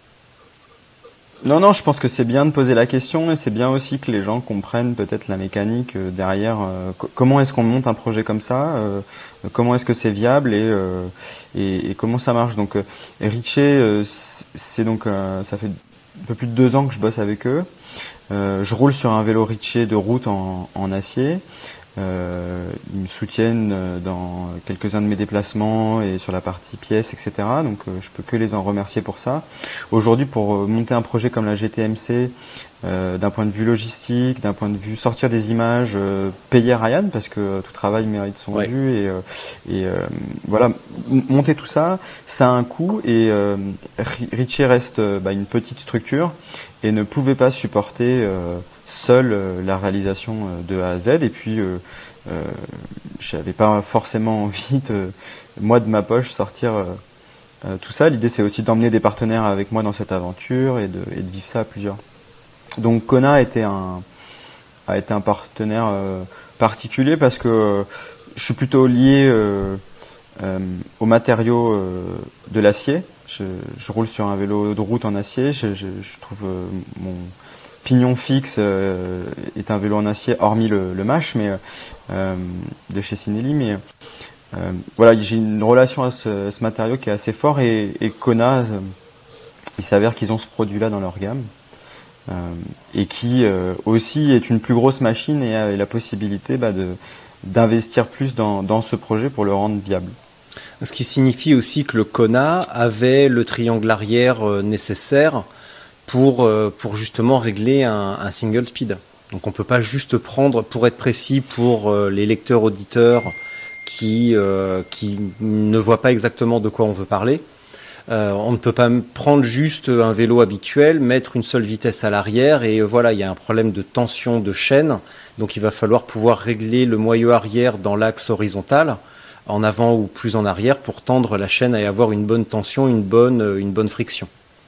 Non, non, je pense que c'est bien de poser la question et c'est bien aussi que les gens comprennent peut-être la mécanique euh, derrière. Euh, co- comment est-ce qu'on monte un projet comme ça euh, Comment est-ce que c'est viable et, euh, et, et comment ça marche? Donc, euh, Ritchey, euh, c'est donc euh, ça fait un peu plus de deux ans que je bosse avec eux. Euh, je roule sur un vélo Ritchey de route en, en acier. Euh, ils me soutiennent dans quelques-uns de mes déplacements et sur la partie pièces, et cetera. Donc euh, je peux que les en remercier pour ça. Aujourd'hui, pour euh, monter un projet comme la G T M C, euh, d'un point de vue logistique, d'un point de vue sortir des images, euh, payer Ryan parce que euh, tout travail mérite son ouais. dû et, euh, et euh, voilà, m- monter tout ça, ça a un coût et euh, Ritchey reste euh, bah, une petite structure et ne pouvait pas supporter euh, seule euh, la réalisation euh, de A à Z et puis euh, euh, j'avais pas forcément envie de moi de ma poche sortir euh, euh, tout ça. L'idée c'est aussi d'emmener des partenaires avec moi dans cette aventure et de, et de vivre ça à plusieurs. Donc Kona a été un a été un partenaire euh, particulier parce que euh, je suis plutôt lié euh, euh, aux matériaux euh, de l'acier. Je, je roule sur un vélo de route en acier. Je, je, je trouve euh, mon pignon fixe euh, est un vélo en acier, hormis le, le Mash, mais euh, de chez Cinelli. Mais euh, voilà, j'ai une relation à ce, ce matériau qui est assez fort et, et Kona, euh, il s'avère qu'ils ont ce produit-là dans leur gamme euh, et qui euh, aussi est une plus grosse machine et a la possibilité bah, de d'investir plus dans, dans ce projet pour le rendre viable. Ce qui signifie aussi que le Kona avait le triangle arrière euh, nécessaire pour, euh, pour justement régler un, un single speed. Donc on ne peut pas juste prendre, pour être précis, pour euh, les lecteurs auditeurs qui, euh, qui ne voient pas exactement de quoi on veut parler. Euh, on ne peut pas prendre juste un vélo habituel, mettre une seule vitesse à l'arrière et euh, voilà, il y a un problème de tension de chaîne. Donc il va falloir pouvoir régler le moyeu arrière dans l'axe horizontal, en avant ou plus en arrière, pour tendre la chaîne et avoir une bonne tension, une bonne, une bonne friction.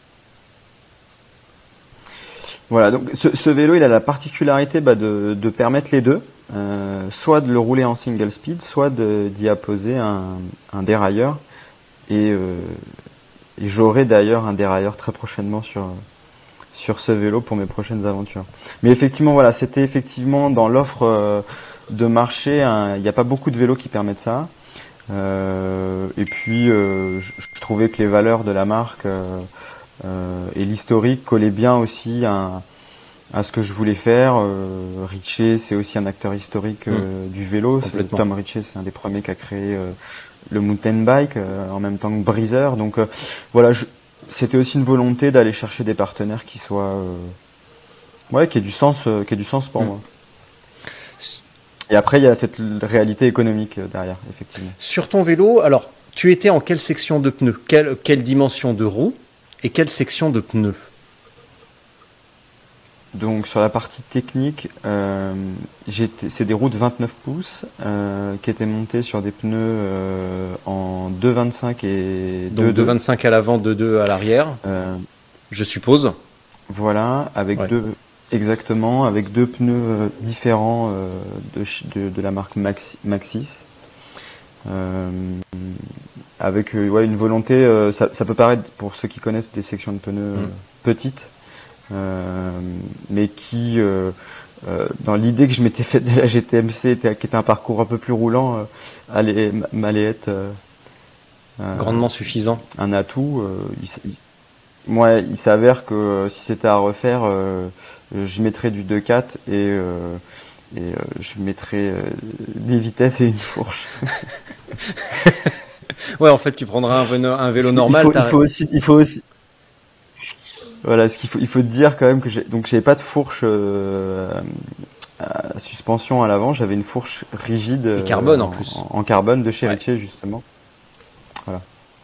Voilà, donc ce, ce vélo, il a la particularité bah, de, de permettre les deux, euh, soit de le rouler en single speed, soit de, d'y apposer un, un dérailleur. Et, euh, et j'aurai d'ailleurs un dérailleur très prochainement sur, sur ce vélo pour mes prochaines aventures. Mais effectivement, voilà, c'était effectivement dans l'offre euh, de marché, il n'y a pas beaucoup de vélos qui permettent ça. Euh, et puis, euh, je, je trouvais que les valeurs de la marque euh, euh, et l'historique collaient bien aussi à, à ce que je voulais faire. Euh, Ritchey, c'est aussi un acteur historique euh, mmh. du vélo. Tom Ritchey, c'est un des premiers qui a créé euh, le mountain bike euh, en même temps que Breezer. Donc euh, voilà, je, c'était aussi une volonté d'aller chercher des partenaires qui soient, euh, ouais, qui aient du sens, euh, qui aient du sens pour mmh. moi. Et après, il y a cette réalité économique derrière, effectivement. Sur ton vélo, alors, tu étais en quelle section de pneus ? Quelle, quelle dimension de roue et quelle section de pneus ? Donc, sur la partie technique, euh, j'étais, c'est des roues de vingt-neuf pouces euh, qui étaient montées sur des pneus euh, en deux virgule vingt-cinq et donc deux virgule vingt-cinq à l'avant, deux virgule deux à l'arrière, euh, je suppose. Voilà, avec ouais. deux... Exactement, avec deux pneus différents euh, de, de, de la marque Maxi, Maxxis, euh, avec euh, ouais, une volonté, euh, ça, ça peut paraître pour ceux qui connaissent des sections de pneus euh, mmh. petites, euh, mais qui, euh, euh, dans l'idée que je m'étais faite de la G T M C, était, qui était un parcours un peu plus roulant, euh, allait, m'allait être euh, grandement suffisant. Un atout. Euh, il, il, moi, il s'avère que euh, si c'était à refaire, euh, je mettrais du deux quatre et, euh, et euh, je mettrais euh, des vitesses et une fourche. Ouais, en fait, tu prendras un vélo, un vélo normal. Il faut, il faut aussi, il faut aussi. Voilà, ce qu'il faut, il faut te dire quand même que j'ai, donc j'avais pas de fourche euh, à suspension à l'avant, j'avais une fourche rigide. Et carbone euh, en, en plus. En, en carbone de chez Ritchey, ouais. justement. Voilà.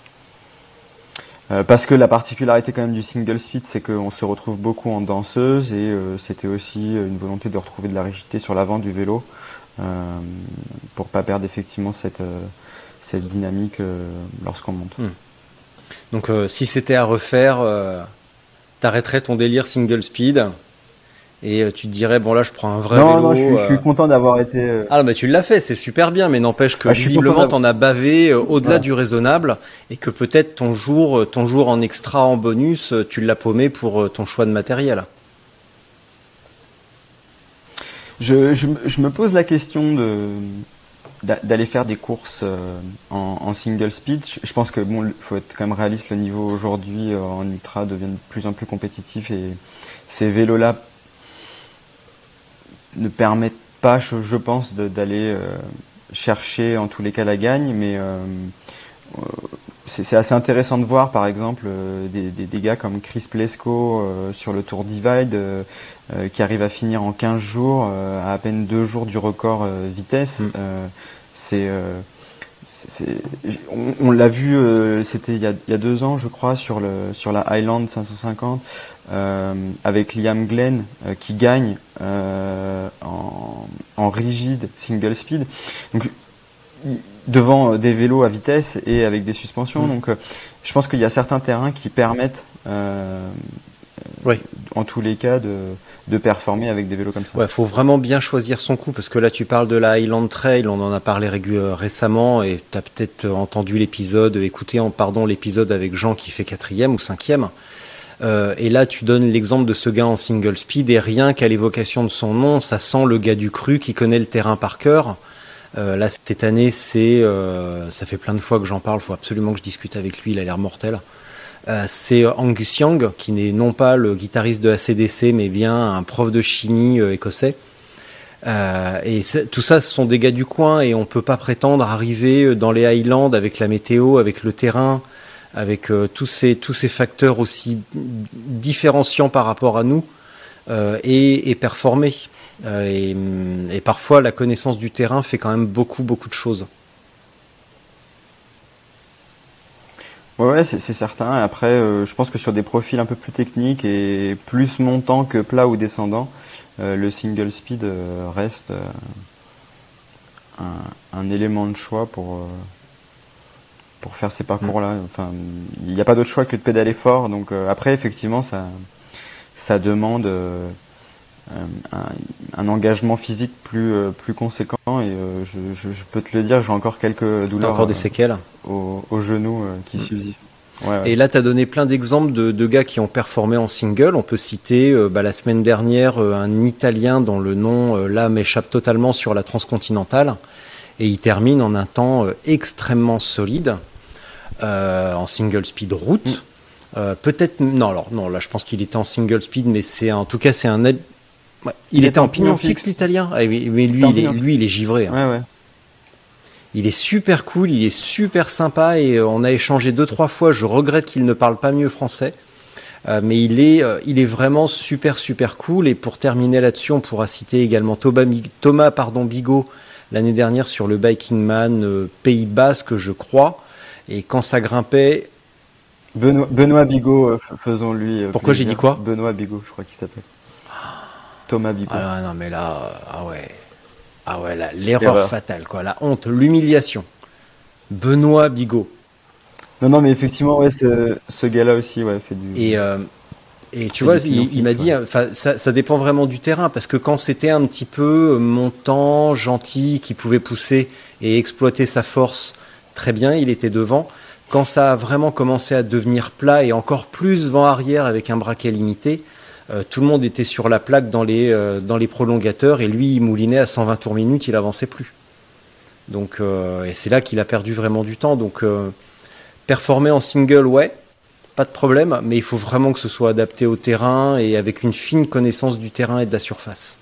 Euh, parce que la particularité quand même du single speed, c'est qu'on se retrouve beaucoup en danseuse et euh, c'était aussi une volonté de retrouver de la rigidité sur l'avant du vélo euh, pour pas perdre effectivement cette, euh, cette dynamique euh, lorsqu'on monte. Mmh. Donc euh, si c'était à refaire, euh, t'arrêterais ton délire single speed et euh, tu te dirais bon là je prends un vrai non, vélo. Non, je suis, euh... je suis content d'avoir été. Euh... Ah mais tu l'as fait, c'est super bien, mais n'empêche que ah, visiblement t'en as bavé euh, au-delà ouais. du raisonnable et que peut-être ton jour, ton jour en extra, en bonus, tu l'as paumé pour euh, ton choix de matériel. Je, je, je me pose la question de d'aller faire des courses euh, en, en single speed. Je, je pense que bon, faut être quand même réaliste. Le niveau aujourd'hui euh, en ultra devient de plus en plus compétitif et ces vélos-là ne permettent pas, je, je pense, de, d'aller euh, chercher en tous les cas la gagne, mais euh, euh, c'est, c'est assez intéressant de voir, par exemple, euh, des, des, des gars comme Chris Plesko euh, sur le Tour Divide, euh, euh, qui arrive à finir en quinze jours, euh, à à peine deux jours du record euh, vitesse. Mm. Euh, c'est, euh, c'est, c'est, on, on l'a vu, euh, c'était il y, a, il y a deux ans, je crois, sur, le, sur la Highland cinq cent cinquante. Euh, avec Liam Glenn euh, qui gagne euh, en, en rigide single speed, donc devant euh, des vélos à vitesse et avec des suspensions. Mmh. Donc, euh, je pense qu'il y a certains terrains qui permettent, euh, oui. en tous les cas, de, de performer avec des vélos comme ça. Ouais, faut vraiment bien choisir son coup parce que là, tu parles de la Highland Trail, on en a parlé régu- récemment et tu as peut-être entendu l'épisode, écouté, en, pardon, l'épisode avec Jean qui fait quatrième ou cinquième. Euh, et là, tu donnes l'exemple de ce gars en single speed et rien qu'à l'évocation de son nom, ça sent le gars du cru qui connaît le terrain par cœur. Euh, là, cette année, c'est, euh, ça fait plein de fois que j'en parle, faut absolument que je discute avec lui, il a l'air mortel. Euh, c'est Angus Young, qui n'est non pas le guitariste de A C D C, mais bien un prof de chimie euh, écossais. Euh, et tout ça, ce sont des gars du coin et on peut pas prétendre arriver dans les Highlands avec la météo, avec le terrain, avec euh, tous ces tous ces facteurs aussi différenciants par rapport à nous euh, et, et performer. Euh, et, et parfois, la connaissance du terrain fait quand même beaucoup beaucoup de choses. Ouais, ouais, c'est, c'est certain. Et après, euh, je pense que sur des profils un peu plus techniques et plus montants que plat ou descendant, euh, le single speed euh, reste euh, un, un élément de choix pour, euh, pour faire ces parcours-là. Enfin, il n'y a pas d'autre choix que de pédaler fort. Donc euh, après, effectivement, ça, ça demande euh, un, un engagement physique plus, euh, plus conséquent. Et euh, je, je, je peux te le dire, j'ai encore quelques douleurs. T'as encore des séquelles euh, au, au genou euh, qui mm. subsistent. Ouais, ouais. Et là, tu as donné plein d'exemples de, de gars qui ont performé en single. On peut citer euh, bah, la semaine dernière euh, un Italien dont le nom euh, là m'échappe totalement sur la transcontinentale. Et il termine en un temps euh, extrêmement solide euh, en single speed route. Mm. Euh, peut-être non, alors non, là je pense qu'il était en single speed, mais c'est en tout cas c'est un. Ouais, il, il était en pignon fixe, fixe l'Italien. Ah, mais, mais lui, il est, lui, il est givré. Hein. Ouais, ouais. Il est super cool, il est super sympa et on a échangé deux trois fois. Je regrette qu'il ne parle pas mieux français, euh, mais il est, euh, il est vraiment super super cool. Et pour terminer là-dessus, on pourra citer également Thomas, Thomas pardon, Bigot l'année dernière sur le Biking Man euh, Pays Basque, je crois. Et quand ça grimpait, Benoît, Benoît Bigot, euh, faisons-lui. Euh, Pourquoi plaisir. j'ai dit quoi? Benoît Bigot, je crois qu'il s'appelle. Thomas Bigot. Ah non mais là, ah ouais. Ah ouais, là, l'erreur Erreur. fatale, quoi, la honte, l'humiliation. Benoît Bigot. Non, non, mais effectivement, ouais, ce, ce gars-là aussi, ouais, fait du. Et, euh, et tu vois, il, il m'a dit, enfin, ça, ça dépend vraiment du terrain, parce que quand c'était un petit peu montant, gentil, qui pouvait pousser et exploiter sa force, très bien, il était devant. Quand ça a vraiment commencé à devenir plat et encore plus vent-arrière avec un braquet limité, Euh, tout le monde était sur la plaque dans les, euh, dans les prolongateurs et lui il moulinait à cent vingt tours minute, il avançait plus. Donc, euh, et c'est là qu'il a perdu vraiment du temps. Donc euh, performer en single, ouais, pas de problème, mais il faut vraiment que ce soit adapté au terrain et avec une fine connaissance du terrain et de la surface.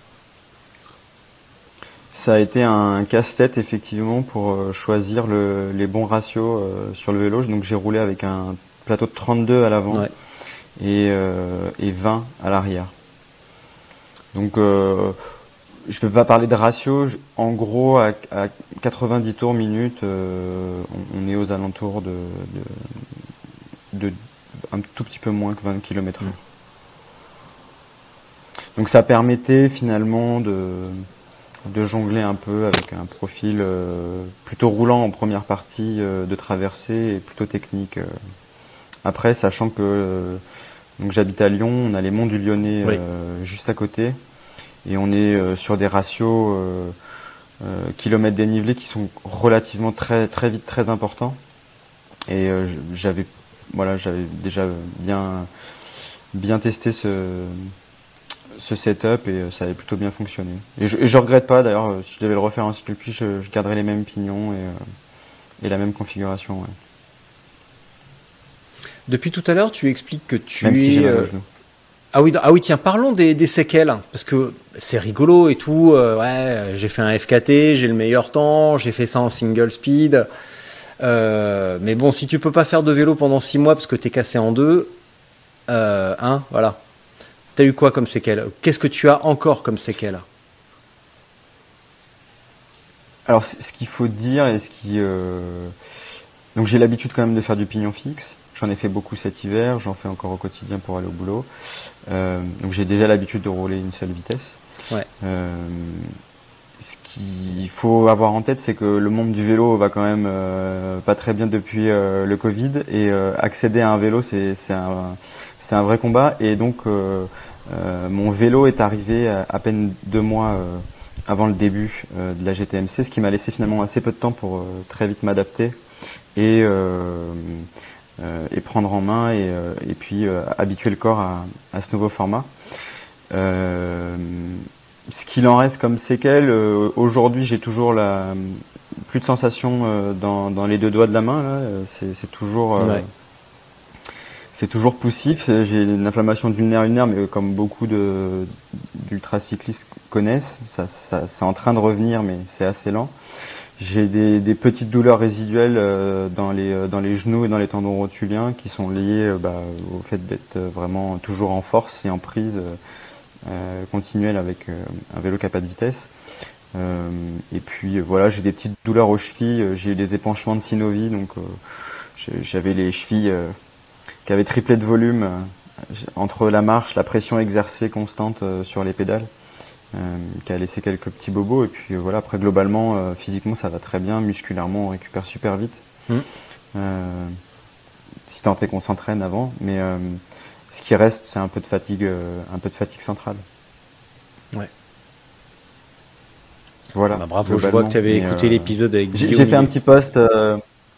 Ça a été un casse-tête effectivement pour euh, choisir le, les bons ratios euh, sur le vélo. Donc j'ai roulé avec un plateau de trente-deux à l'avant. Ouais. Et, euh, et vingt à l'arrière. Donc euh, je ne peux pas parler de ratio. En gros, à, à quatre-vingt-dix tours minute, euh, on, on est aux alentours de, de, de un tout petit peu moins que vingt kilomètres heure. Donc ça permettait finalement de, de jongler un peu avec un profil euh, plutôt roulant en première partie euh, de traversée et plutôt technique. Euh. Après, sachant que euh, donc j'habite à Lyon, on a les monts du Lyonnais oui. euh, juste à côté, et on est euh, sur des ratios euh, euh, kilomètres dénivelés qui sont relativement très très vite très importants. Et euh, j'avais voilà j'avais déjà bien bien testé ce ce setup et ça avait plutôt bien fonctionné. Et je, et je regrette pas d'ailleurs, si je devais le refaire en cyclo-cuit, je, je garderais les mêmes pignons et, euh, et la même configuration. Ouais. Depuis tout à l'heure, tu expliques que tu Même es. Si euh... Ah oui, ah oui, tiens, parlons des, des séquelles, parce que c'est rigolo et tout. Euh, ouais, j'ai fait un F K T, j'ai le meilleur temps, j'ai fait ça en single speed. Euh, mais bon, si tu peux pas faire de vélo pendant six mois parce que t'es cassé en deux, euh, hein, voilà. T'as eu quoi comme séquelles? Qu'est-ce que tu as encore comme séquelles? Alors, ce qu'il faut dire et ce qui, euh... donc j'ai l'habitude quand même de faire du pignon fixe. J'en ai fait beaucoup cet hiver, j'en fais encore au quotidien pour aller au boulot. Euh, donc j'ai déjà l'habitude de rouler une seule vitesse. Ouais. Euh, ce qu'il faut avoir en tête, c'est que le monde du vélo va quand même euh, pas très bien depuis euh, le Covid. Et euh, accéder à un vélo, c'est, c'est, un, c'est un vrai combat. Et donc euh, euh, mon vélo est arrivé à, à peine deux mois euh, avant le début euh, de la G T M C, ce qui m'a laissé finalement assez peu de temps pour euh, très vite m'adapter. Et... Euh, Euh, et prendre en main et, euh, et puis euh, habituer le corps à, à ce nouveau format. Euh, ce qu'il en reste comme séquelles, euh, aujourd'hui j'ai toujours la, plus de sensation euh, dans, dans les deux doigts de la main. Là. C'est, c'est, toujours, euh, ouais. c'est toujours poussif. J'ai une inflammation du nerf ulnaire, mais comme beaucoup de, d'ultracyclistes connaissent, ça, ça, c'est en train de revenir, mais c'est assez lent. J'ai des, des petites douleurs résiduelles euh, dans les euh, dans les genoux et dans les tendons rotuliens qui sont liées euh, bah, au fait d'être vraiment toujours en force et en prise euh, euh, continuelle avec euh, un vélo qui n'a pas de vitesse. Euh, et puis voilà, j'ai des petites douleurs aux chevilles, j'ai eu des épanchements de synovie, donc euh, j'avais les chevilles euh, qui avaient triplé de volume euh, entre la marche, la pression exercée constante euh, sur les pédales, euh, qui a laissé quelques petits bobos. Et puis euh, voilà, après globalement, euh, physiquement ça va très bien, musculairement on récupère super vite. Mmh. Euh, si tant est qu'on s'entraîne avant, mais euh, ce qui reste, c'est un peu de fatigue, euh, un peu de fatigue centrale. Ouais. Voilà. Bah, bravo, je vois que tu avais écouté euh, l'épisode avec Guillaume. J'ai fait un petit post. Euh,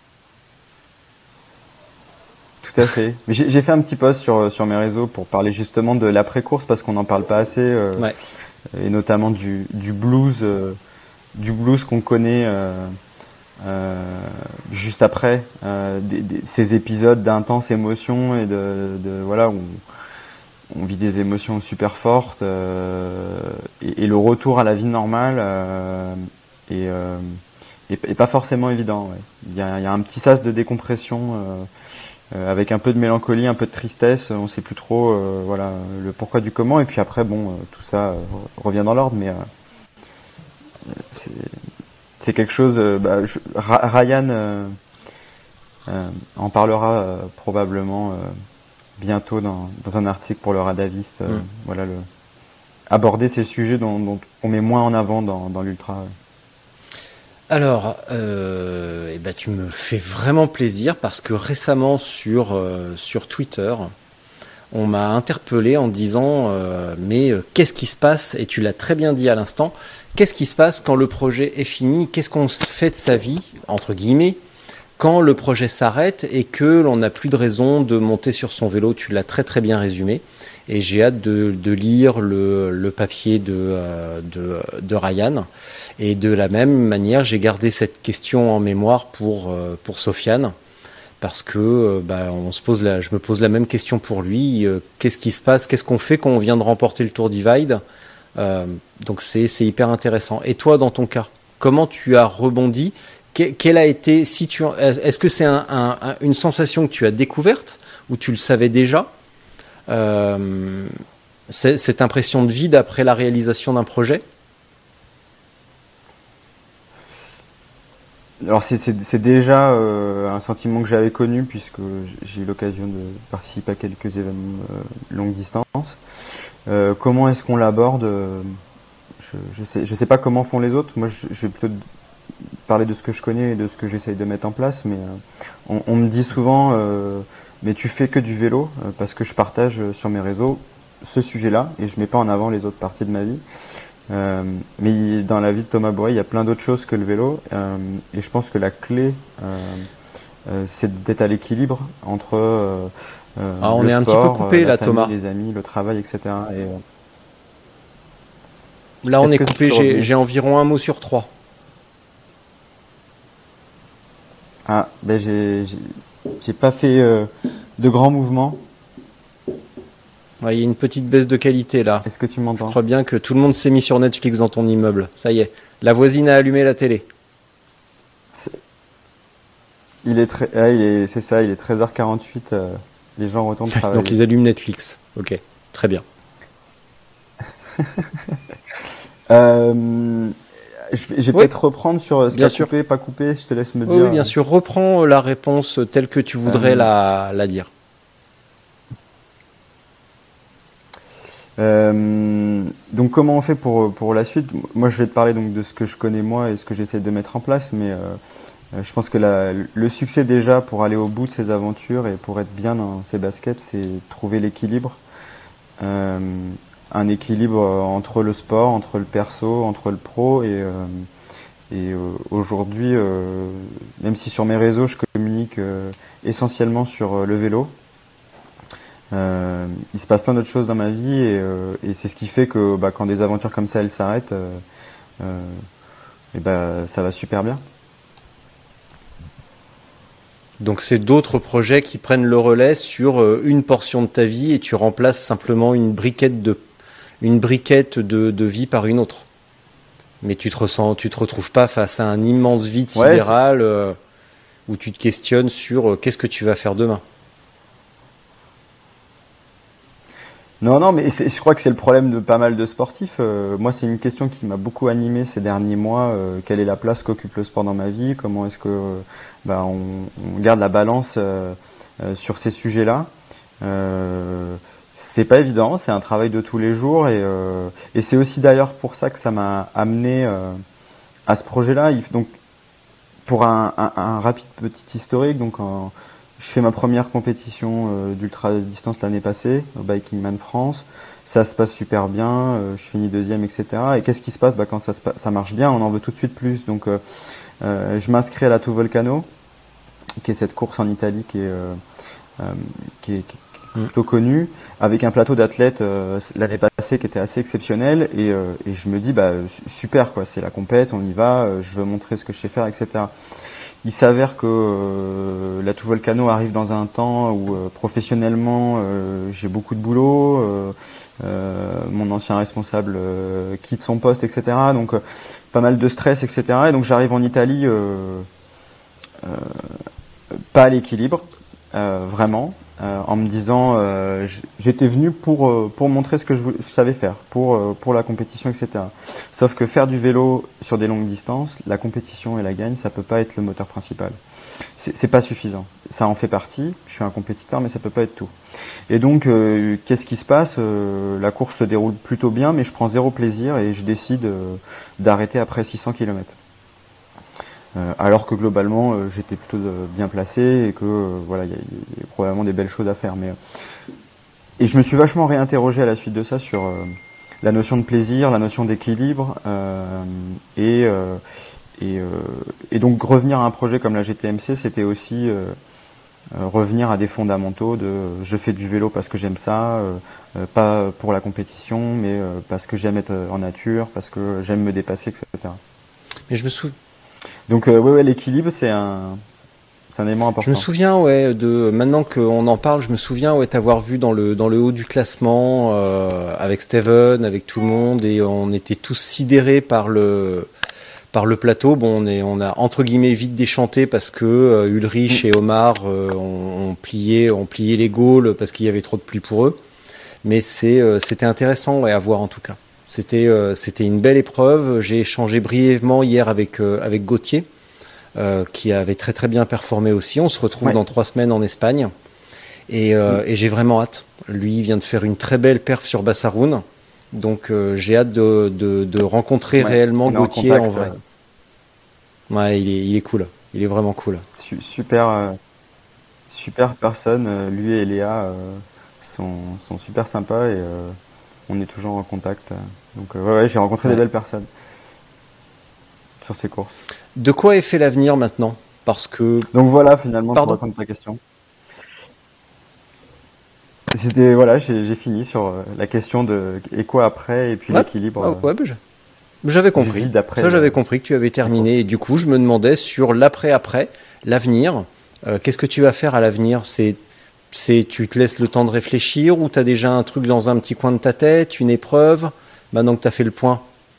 tout à fait. J'ai, j'ai fait un petit post sur sur mes réseaux pour parler justement de l'après-course parce qu'on n'en parle pas assez, euh, ouais. Et notamment du du blues, euh, du blues qu'on connaît euh, euh, juste après euh, des, des, ces épisodes d'intense émotion et de, de voilà où on vit des émotions super fortes euh, et, et le retour à la vie normale euh, est, euh, est, est pas forcément évident. Ouais. Il y a, il y a un petit sas de décompression euh, euh, avec un peu de mélancolie, un peu de tristesse. On sait plus trop euh, voilà le pourquoi du comment. Et puis après bon, euh, tout ça euh, revient dans l'ordre, mais euh, c'est, c'est quelque chose. Euh, bah, je, Ra- Ryan euh, euh, en parlera euh, probablement. Euh, bientôt dans, dans un article pour le Radaviste, euh, mmh. voilà, le, aborder ces sujets dont, dont on met moins en avant dans, dans l'ultra. Ouais. Alors, euh, eh ben, tu me fais vraiment plaisir parce que récemment sur, euh, sur Twitter, on m'a interpellé en disant euh, mais euh, qu'est-ce qui se passe, et tu l'as très bien dit à l'instant, qu'est-ce qui se passe quand le projet est fini, qu'est-ce qu'on fait de sa vie, entre guillemets, quand le projet s'arrête et que l'on n'a plus de raison de monter sur son vélo. Tu l'as très très bien résumé et j'ai hâte de, de lire le, le papier de, de, de Ryan. Et de la même manière, j'ai gardé cette question en mémoire pour, pour Sofiane parce que bah, on se pose la, je me pose la même question pour lui. Qu'est-ce qui se passe? Qu'est-ce qu'on fait quand on vient de remporter le Tour Divide? euh, Donc c'est, c'est hyper intéressant. Et toi, dans ton cas, comment tu as rebondi? Quelle a été, si tu, est-ce que c'est un, un, une sensation que tu as découverte ou tu le savais déjà, euh, c'est, cette impression de vide après la réalisation d'un projet? Alors c'est, c'est, c'est déjà euh, un sentiment que j'avais connu puisque j'ai eu l'occasion de participer à quelques événements euh, longue distance. Euh, comment est-ce qu'on l'aborde? Je, je sais, je sais pas comment font les autres. Moi, je, je vais plutôt parler de ce que je connais et de ce que j'essaye de mettre en place, mais euh, on, on me dit souvent euh, mais tu fais que du vélo euh, parce que je partage euh, sur mes réseaux ce sujet-là et je mets pas en avant les autres parties de ma vie. Euh, mais dans la vie de Thomas Bourret, il y a plein d'autres choses que le vélo euh, et je pense que la clé euh, euh, c'est d'être à l'équilibre entre euh, euh, ah, on le est un sport, petit peu coupé euh, là, famille, Thomas. les amis, le travail, et cetera. Et, euh, là, on est coupé. J'ai, j'ai environ un mot sur trois. Ah, ben j'ai, j'ai, j'ai pas fait euh, de grands mouvements. Ouais, il y a une petite baisse de qualité là. Est-ce que tu m'entends? Je crois bien que tout le monde s'est mis sur Netflix dans ton immeuble. Ça y est, la voisine a allumé la télé. C'est... Il est très, ah, il est, c'est ça, il est treize heures quarante-huit. Euh, les gens retournent travailler. Donc ils allument Netflix. Ok, très bien. euh... Je vais, je vais oui. peut-être reprendre sur ce qui a coupé, pas coupé, je te laisse me dire. Oui, bien sûr. Reprends la réponse telle que tu voudrais euh... la, la dire. Euh, donc comment on fait pour, pour la suite? Moi je vais te parler donc de ce que je connais moi et ce que j'essaie de mettre en place, mais euh, je pense que la, le succès déjà pour aller au bout de ces aventures et pour être bien dans ces baskets, c'est trouver l'équilibre. Euh, un équilibre entre le sport, entre le perso, entre le pro et, euh, et euh, aujourd'hui, euh, même si sur mes réseaux je communique euh, essentiellement sur euh, le vélo, euh, il se passe plein d'autres choses dans ma vie et, euh, et c'est ce qui fait que bah, quand des aventures comme ça elles s'arrêtent, euh, euh, et bah, ça va super bien. Donc c'est d'autres projets qui prennent le relais sur une portion de ta vie et tu remplaces simplement une briquette de une briquette de, de vie par une autre. Mais tu te ressens, tu te retrouves pas face à un immense vide sidéral ouais, euh, où tu te questionnes sur euh, qu'est-ce que tu vas faire demain. Non, non, mais c'est, je crois que c'est le problème de pas mal de sportifs. Euh, moi, c'est une question qui m'a beaucoup animé ces derniers mois. Euh, quelle est la place qu'occupe le sport dans ma vie? Comment est-ce que euh, bah, on, on garde la balance euh, euh, sur ces sujets-là? euh, C'est pas évident, c'est un travail de tous les jours, et, euh, et c'est aussi d'ailleurs pour ça que ça m'a amené euh, à ce projet-là. Il- Donc, pour un, un, un rapide petit historique, donc en- je fais ma première compétition euh, d'ultra distance l'année passée au Biking Man France. Ça se passe super bien, euh, je finis deuxième, et cetera. Et qu'est-ce qui se passe? Bah, quand ça, se pa- ça marche bien, on en veut tout de suite plus. Donc, euh, euh, je m'inscris à la Two Volcano, qui est cette course en Italie qui est, euh, euh, qui est, qui est Mm. plutôt connue, avec un plateau d'athlètes euh, l'année passée qui était assez exceptionnel. Et, euh, et je me dis, bah su- super quoi, c'est la compète, on y va, euh, je veux montrer ce que je sais faire, et cetera. Il s'avère que euh, la Two Volcano arrive dans un temps où euh, professionnellement euh, j'ai beaucoup de boulot, euh, euh, mon ancien responsable euh, quitte son poste, et cetera. Donc euh, pas mal de stress, et cetera. Et donc j'arrive en Italie euh, euh, pas à l'équilibre, euh, vraiment, euh, en me disant euh, j- j'étais venu pour euh, pour montrer ce que je, vou- je savais faire, pour euh, pour la compétition, et cetera. Sauf que faire du vélo sur des longues distances, la compétition et la gagne, ça peut pas être le moteur principal. C'est c'est pas suffisant. Ça en fait partie. Je suis un compétiteur, mais ça peut pas être tout. Et donc, euh, qu'est-ce qui se passe? Euh, La course se déroule plutôt bien, mais je prends zéro plaisir et je décide euh, d'arrêter après six cents kilomètres. Euh, alors que globalement, euh, j'étais plutôt euh, bien placé et que euh, voilà, il y, a- il y a probablement des belles choses à faire. Mais euh, et je me suis vachement réinterrogé à la suite de ça sur euh, la notion de plaisir, la notion d'équilibre, euh, et, euh, et, euh, et donc revenir à un projet comme la G T M C, c'était aussi euh, euh, revenir à des fondamentaux de euh, je fais du vélo parce que j'aime ça, euh, euh, pas pour la compétition, mais euh, parce que j'aime être en nature, parce que j'aime me dépasser, et cetera. Mais je me sou- Donc euh, ouais, ouais, l'équilibre, c'est un, c'est un élément important. Je me souviens, ouais, de maintenant qu'on en parle, je me souviens, ouais, t'avoir vu dans le dans le haut du classement euh, avec Steven, avec tout le monde, et on était tous sidérés par le par le plateau. Bon, on est on a entre guillemets vite déchanté parce que euh, Ulrich et Omar euh, ont, ont plié ont plié les Gaules parce qu'il y avait trop de pluie pour eux. Mais c'est euh, c'était intéressant, ouais, à voir en tout cas. C'était euh, c'était une belle épreuve. J'ai échangé brièvement hier avec euh, avec Gauthier. Euh, qui avait très très bien performé aussi. On se retrouve Ouais. dans trois semaines en Espagne et, euh, Mm. et j'ai vraiment hâte. Lui il vient de faire une très belle perf sur Bassaroun, donc euh, j'ai hâte de, de, de rencontrer Ouais, réellement on est en Gauthier en, contact, vrai. euh, Ouais, il est, il est cool, il est vraiment cool. su- super, euh, super personne. euh, Lui et Léa euh, sont, sont super sympas, et euh, on est toujours en contact. euh. Donc euh, ouais, ouais, j'ai rencontré Ouais. des belles personnes sur ces courses. De quoi est fait l'avenir maintenant? Parce que, Donc voilà, finalement, pardon? pour répondre à ta question. C'était voilà, j'ai j'ai fini sur euh, la question de et quoi après, et puis Ouais, l'équilibre. ah, euh, ouais, bah, je- j'avais du compris. vide après Ça, le- j'avais compris que tu avais terminé. Et du coup, je me demandais sur l'après-après, l'avenir. Euh, qu'est-ce que tu vas faire à l'avenir? C'est, c'est, tu te laisses le temps de réfléchir ou tu as déjà un truc dans un petit coin de ta tête, une épreuve, maintenant que tu as fait le point?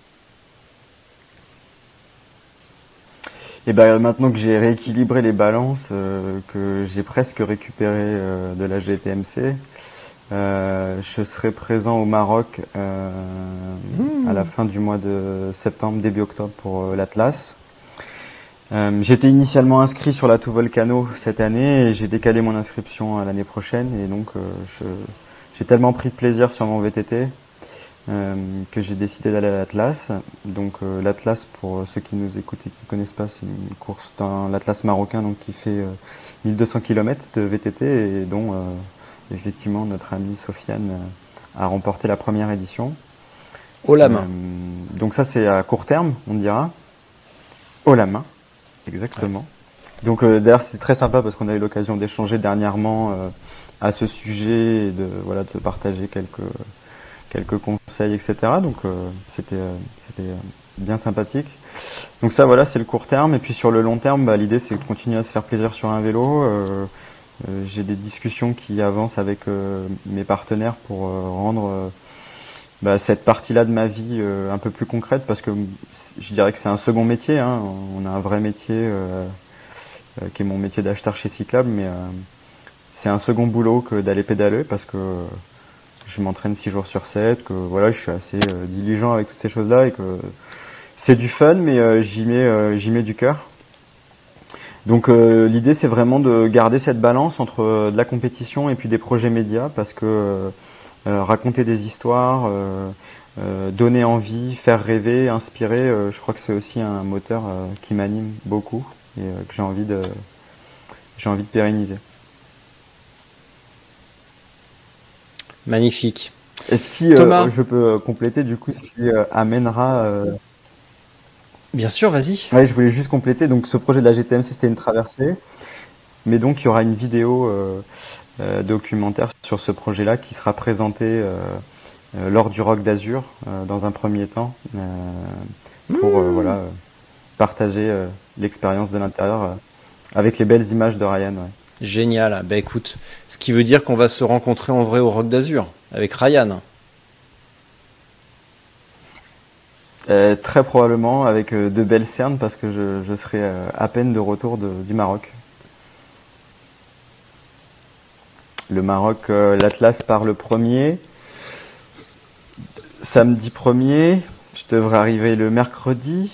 Et ben maintenant que j'ai rééquilibré les balances, euh, que j'ai presque récupéré euh, de la G T M C, euh, je serai présent au Maroc euh, à la fin du mois de septembre, début octobre pour euh, l'Atlas. Euh, J'étais initialement inscrit sur la Two Volcano cette année, et j'ai décalé mon inscription à l'année prochaine, et donc euh, je- j'ai tellement pris de plaisir sur mon V T T euh, que j'ai décidé d'aller à l'Atlas. Donc euh, l'Atlas, pour ceux qui nous écoutent et qui connaissent pas, c'est une course dans l'Atlas marocain, donc qui fait euh, mille deux cents kilomètres de V T T, et dont euh, effectivement notre amie Sofiane euh, a remporté la première édition. Haut la main. Euh, donc ça, c'est à court terme, on dira. Haut la main, exactement. Donc euh, d'ailleurs, c'est très sympa parce qu'on a eu l'occasion d'échanger dernièrement euh, à ce sujet, et de voilà, de partager quelques quelques conseils, et cetera. Donc euh, c'était euh, c'était euh, bien sympathique. Donc ça, voilà, c'est le court terme. Et puis sur le long terme, bah, l'idée, c'est de continuer à se faire plaisir sur un vélo. Euh, euh, j'ai des discussions qui avancent avec euh, mes partenaires pour euh, rendre euh, bah, cette partie-là de ma vie euh, un peu plus concrète, parce que je dirais que c'est un second métier, hein. On a un vrai métier euh, euh, qui est mon métier d'acheteur chez Cyclable, mais euh, c'est un second boulot que d'aller pédaler, parce que je m'entraîne six jours sur sept, que voilà, je suis assez euh, diligent avec toutes ces choses-là et que c'est du fun, mais euh, j'y mets, euh, j'y mets du cœur. Donc euh, l'idée, c'est vraiment de garder cette balance entre euh, de la compétition et puis des projets médias, parce que euh, euh, raconter des histoires, euh, euh, donner envie, faire rêver, inspirer, euh, je crois que c'est aussi un moteur euh, qui m'anime beaucoup et euh, que j'ai envie de, j'ai envie de pérenniser. Magnifique. Et ce qui, Thomas. euh, je peux compléter du coup, ce qui euh, amènera. Euh... Bien sûr, vas-y. Ouais, je voulais juste compléter. Donc, ce projet de la G T M C, c'était une traversée, mais donc il y aura une vidéo euh, euh, documentaire sur ce projet-là qui sera présentée euh, euh, lors du Rock d'Azur euh, dans un premier temps euh, pour euh, voilà euh, partager euh, l'expérience de l'intérieur euh, avec les belles images de Ryan. Ouais. Génial. Bah écoute, ce qui veut dire qu'on va se rencontrer en vrai au Rock d'Azur avec Ryan. Euh, très probablement avec euh, de belles cernes parce que je, je serai euh, à peine de retour de, du Maroc. Le Maroc, euh, l'Atlas part le premier. Samedi premier, je devrais arriver le mercredi.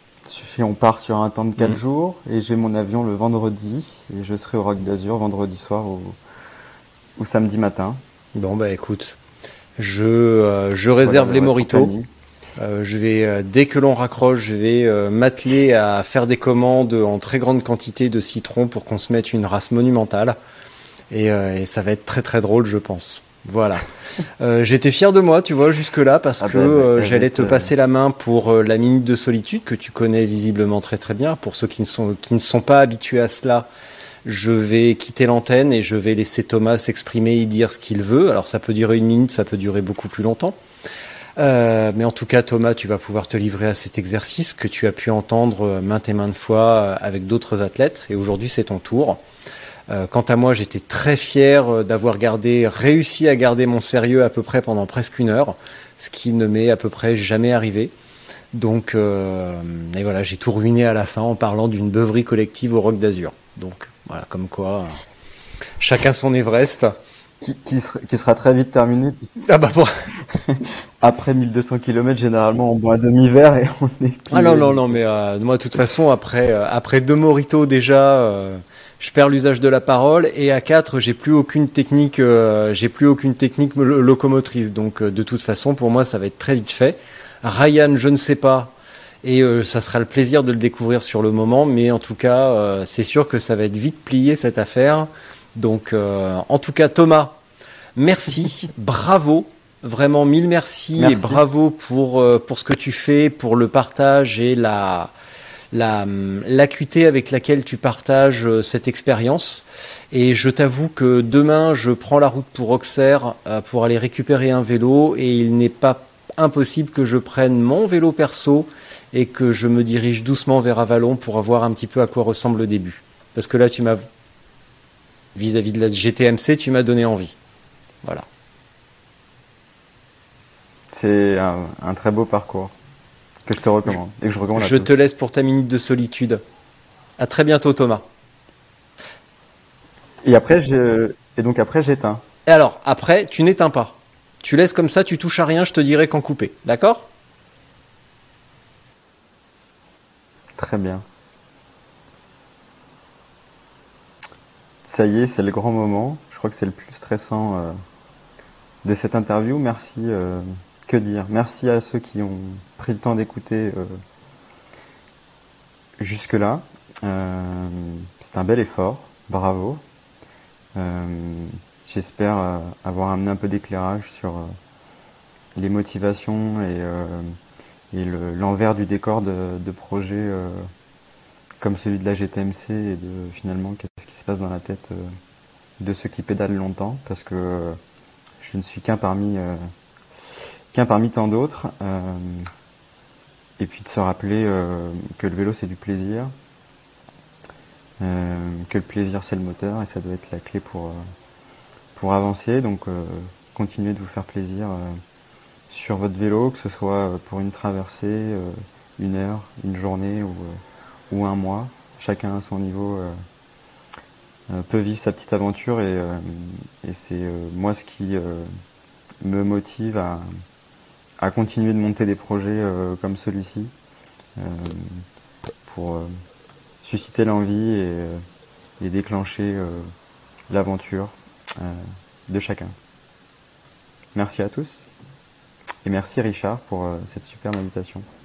On part sur un temps de quatre mmh. jours et j'ai mon avion le vendredi et je serai au Rock d'Azur vendredi soir ou, ou samedi matin. Bon bah écoute, je, euh, je réserve voilà, les moritos. Euh, je vais, euh, dès que l'on raccroche, je vais euh, m'atteler à faire des commandes en très grande quantité de citron pour qu'on se mette une race monumentale. Et, euh, et ça va être très très drôle, je pense. Voilà. Euh, j'étais fier de moi, tu vois, jusque-là, parce ah que ben, euh, j'allais te passer la main pour euh, la minute de solitude, que tu connais visiblement très très bien. Pour ceux qui ne sont, qui ne sont pas habitués à cela, je vais quitter l'antenne et je vais laisser Thomas s'exprimer et dire ce qu'il veut. Alors ça peut durer une minute, ça peut durer beaucoup plus longtemps. Euh, mais en tout cas, Thomas, tu vas pouvoir te livrer à cet exercice que tu as pu entendre maintes et maintes fois avec d'autres athlètes. Et aujourd'hui, c'est ton tour. Euh, quant à moi, j'étais très fier d'avoir gardé, réussi à garder mon sérieux à peu près pendant presque une heure, ce qui ne m'est à peu près jamais arrivé. Donc, euh, et voilà, j'ai tout ruiné à la fin en parlant d'une beuverie collective au Rock d'Azur. Donc, voilà, comme quoi, chacun son Everest. Qui, qui, sera, qui sera très vite terminé. Ah bah pour... Après mille deux cents kilomètres, généralement, on boit un demi-verre et on est... Ah non, non, non, mais euh, moi, de toute façon, après, euh, après deux moritos déjà, euh, je perds l'usage de la parole. Et à quatre, j'ai plus aucune technique, euh, j'ai plus aucune technique locomotrice. Donc, euh, de toute façon, pour moi, ça va être très vite fait. Ryan, je ne sais pas. Et euh, ça sera le plaisir de le découvrir sur le moment. Mais en tout cas, euh, c'est sûr que ça va être vite plié, cette affaire. Donc, euh, en tout cas, Thomas, merci, bravo, vraiment mille merci, merci. Et bravo pour euh, pour ce que tu fais, pour le partage et la la l'acuité avec laquelle tu partages euh, cette expérience. Et je t'avoue que demain, je prends la route pour Auxerre euh, pour aller récupérer un vélo, et il n'est pas impossible que je prenne mon vélo perso et que je me dirige doucement vers Avalon pour voir un petit peu à quoi ressemble le début. Parce que là, tu m'as vis-à-vis de la G T M C, tu m'as donné envie. Voilà. C'est un, un très beau parcours que je te recommande et que je recommande à Je tous. te laisse pour ta minute de solitude. À très bientôt, Thomas. Et après, je... et donc après, j'éteins. Et alors, après, tu n'éteins pas. Tu laisses comme ça, tu touches à rien, je te dirai quand couper. D'accord ? Très bien. Ça y est, c'est le grand moment. Je crois que c'est le plus stressant euh, de cette interview. Merci. Euh, que dire ? Merci à ceux qui ont pris le temps d'écouter euh, jusque-là. Euh, c'est un bel effort. Bravo. Euh, j'espère euh, avoir amené un peu d'éclairage sur euh, les motivations et, euh, et le, l'envers du décor de, de projets euh, comme celui de la G T M C et de finalement qu'est-ce qui se passe dans la tête euh, de ceux qui pédalent longtemps, parce que euh, je ne suis qu'un parmi euh, qu'un parmi tant d'autres, euh, et puis de se rappeler euh, que le vélo c'est du plaisir, euh, que le plaisir c'est le moteur et ça doit être la clé pour euh, pour avancer. Donc euh, continuez de vous faire plaisir euh, sur votre vélo, que ce soit pour une traversée, euh, une heure, une journée ou euh, ou un mois, chacun à son niveau euh, euh, peut vivre sa petite aventure et, euh, et c'est euh, moi ce qui euh, me motive à, à continuer de monter des projets euh, comme celui-ci euh, pour euh, susciter l'envie et, euh, et déclencher euh, l'aventure euh, de chacun. Merci à tous et merci Richard pour euh, cette superbe invitation.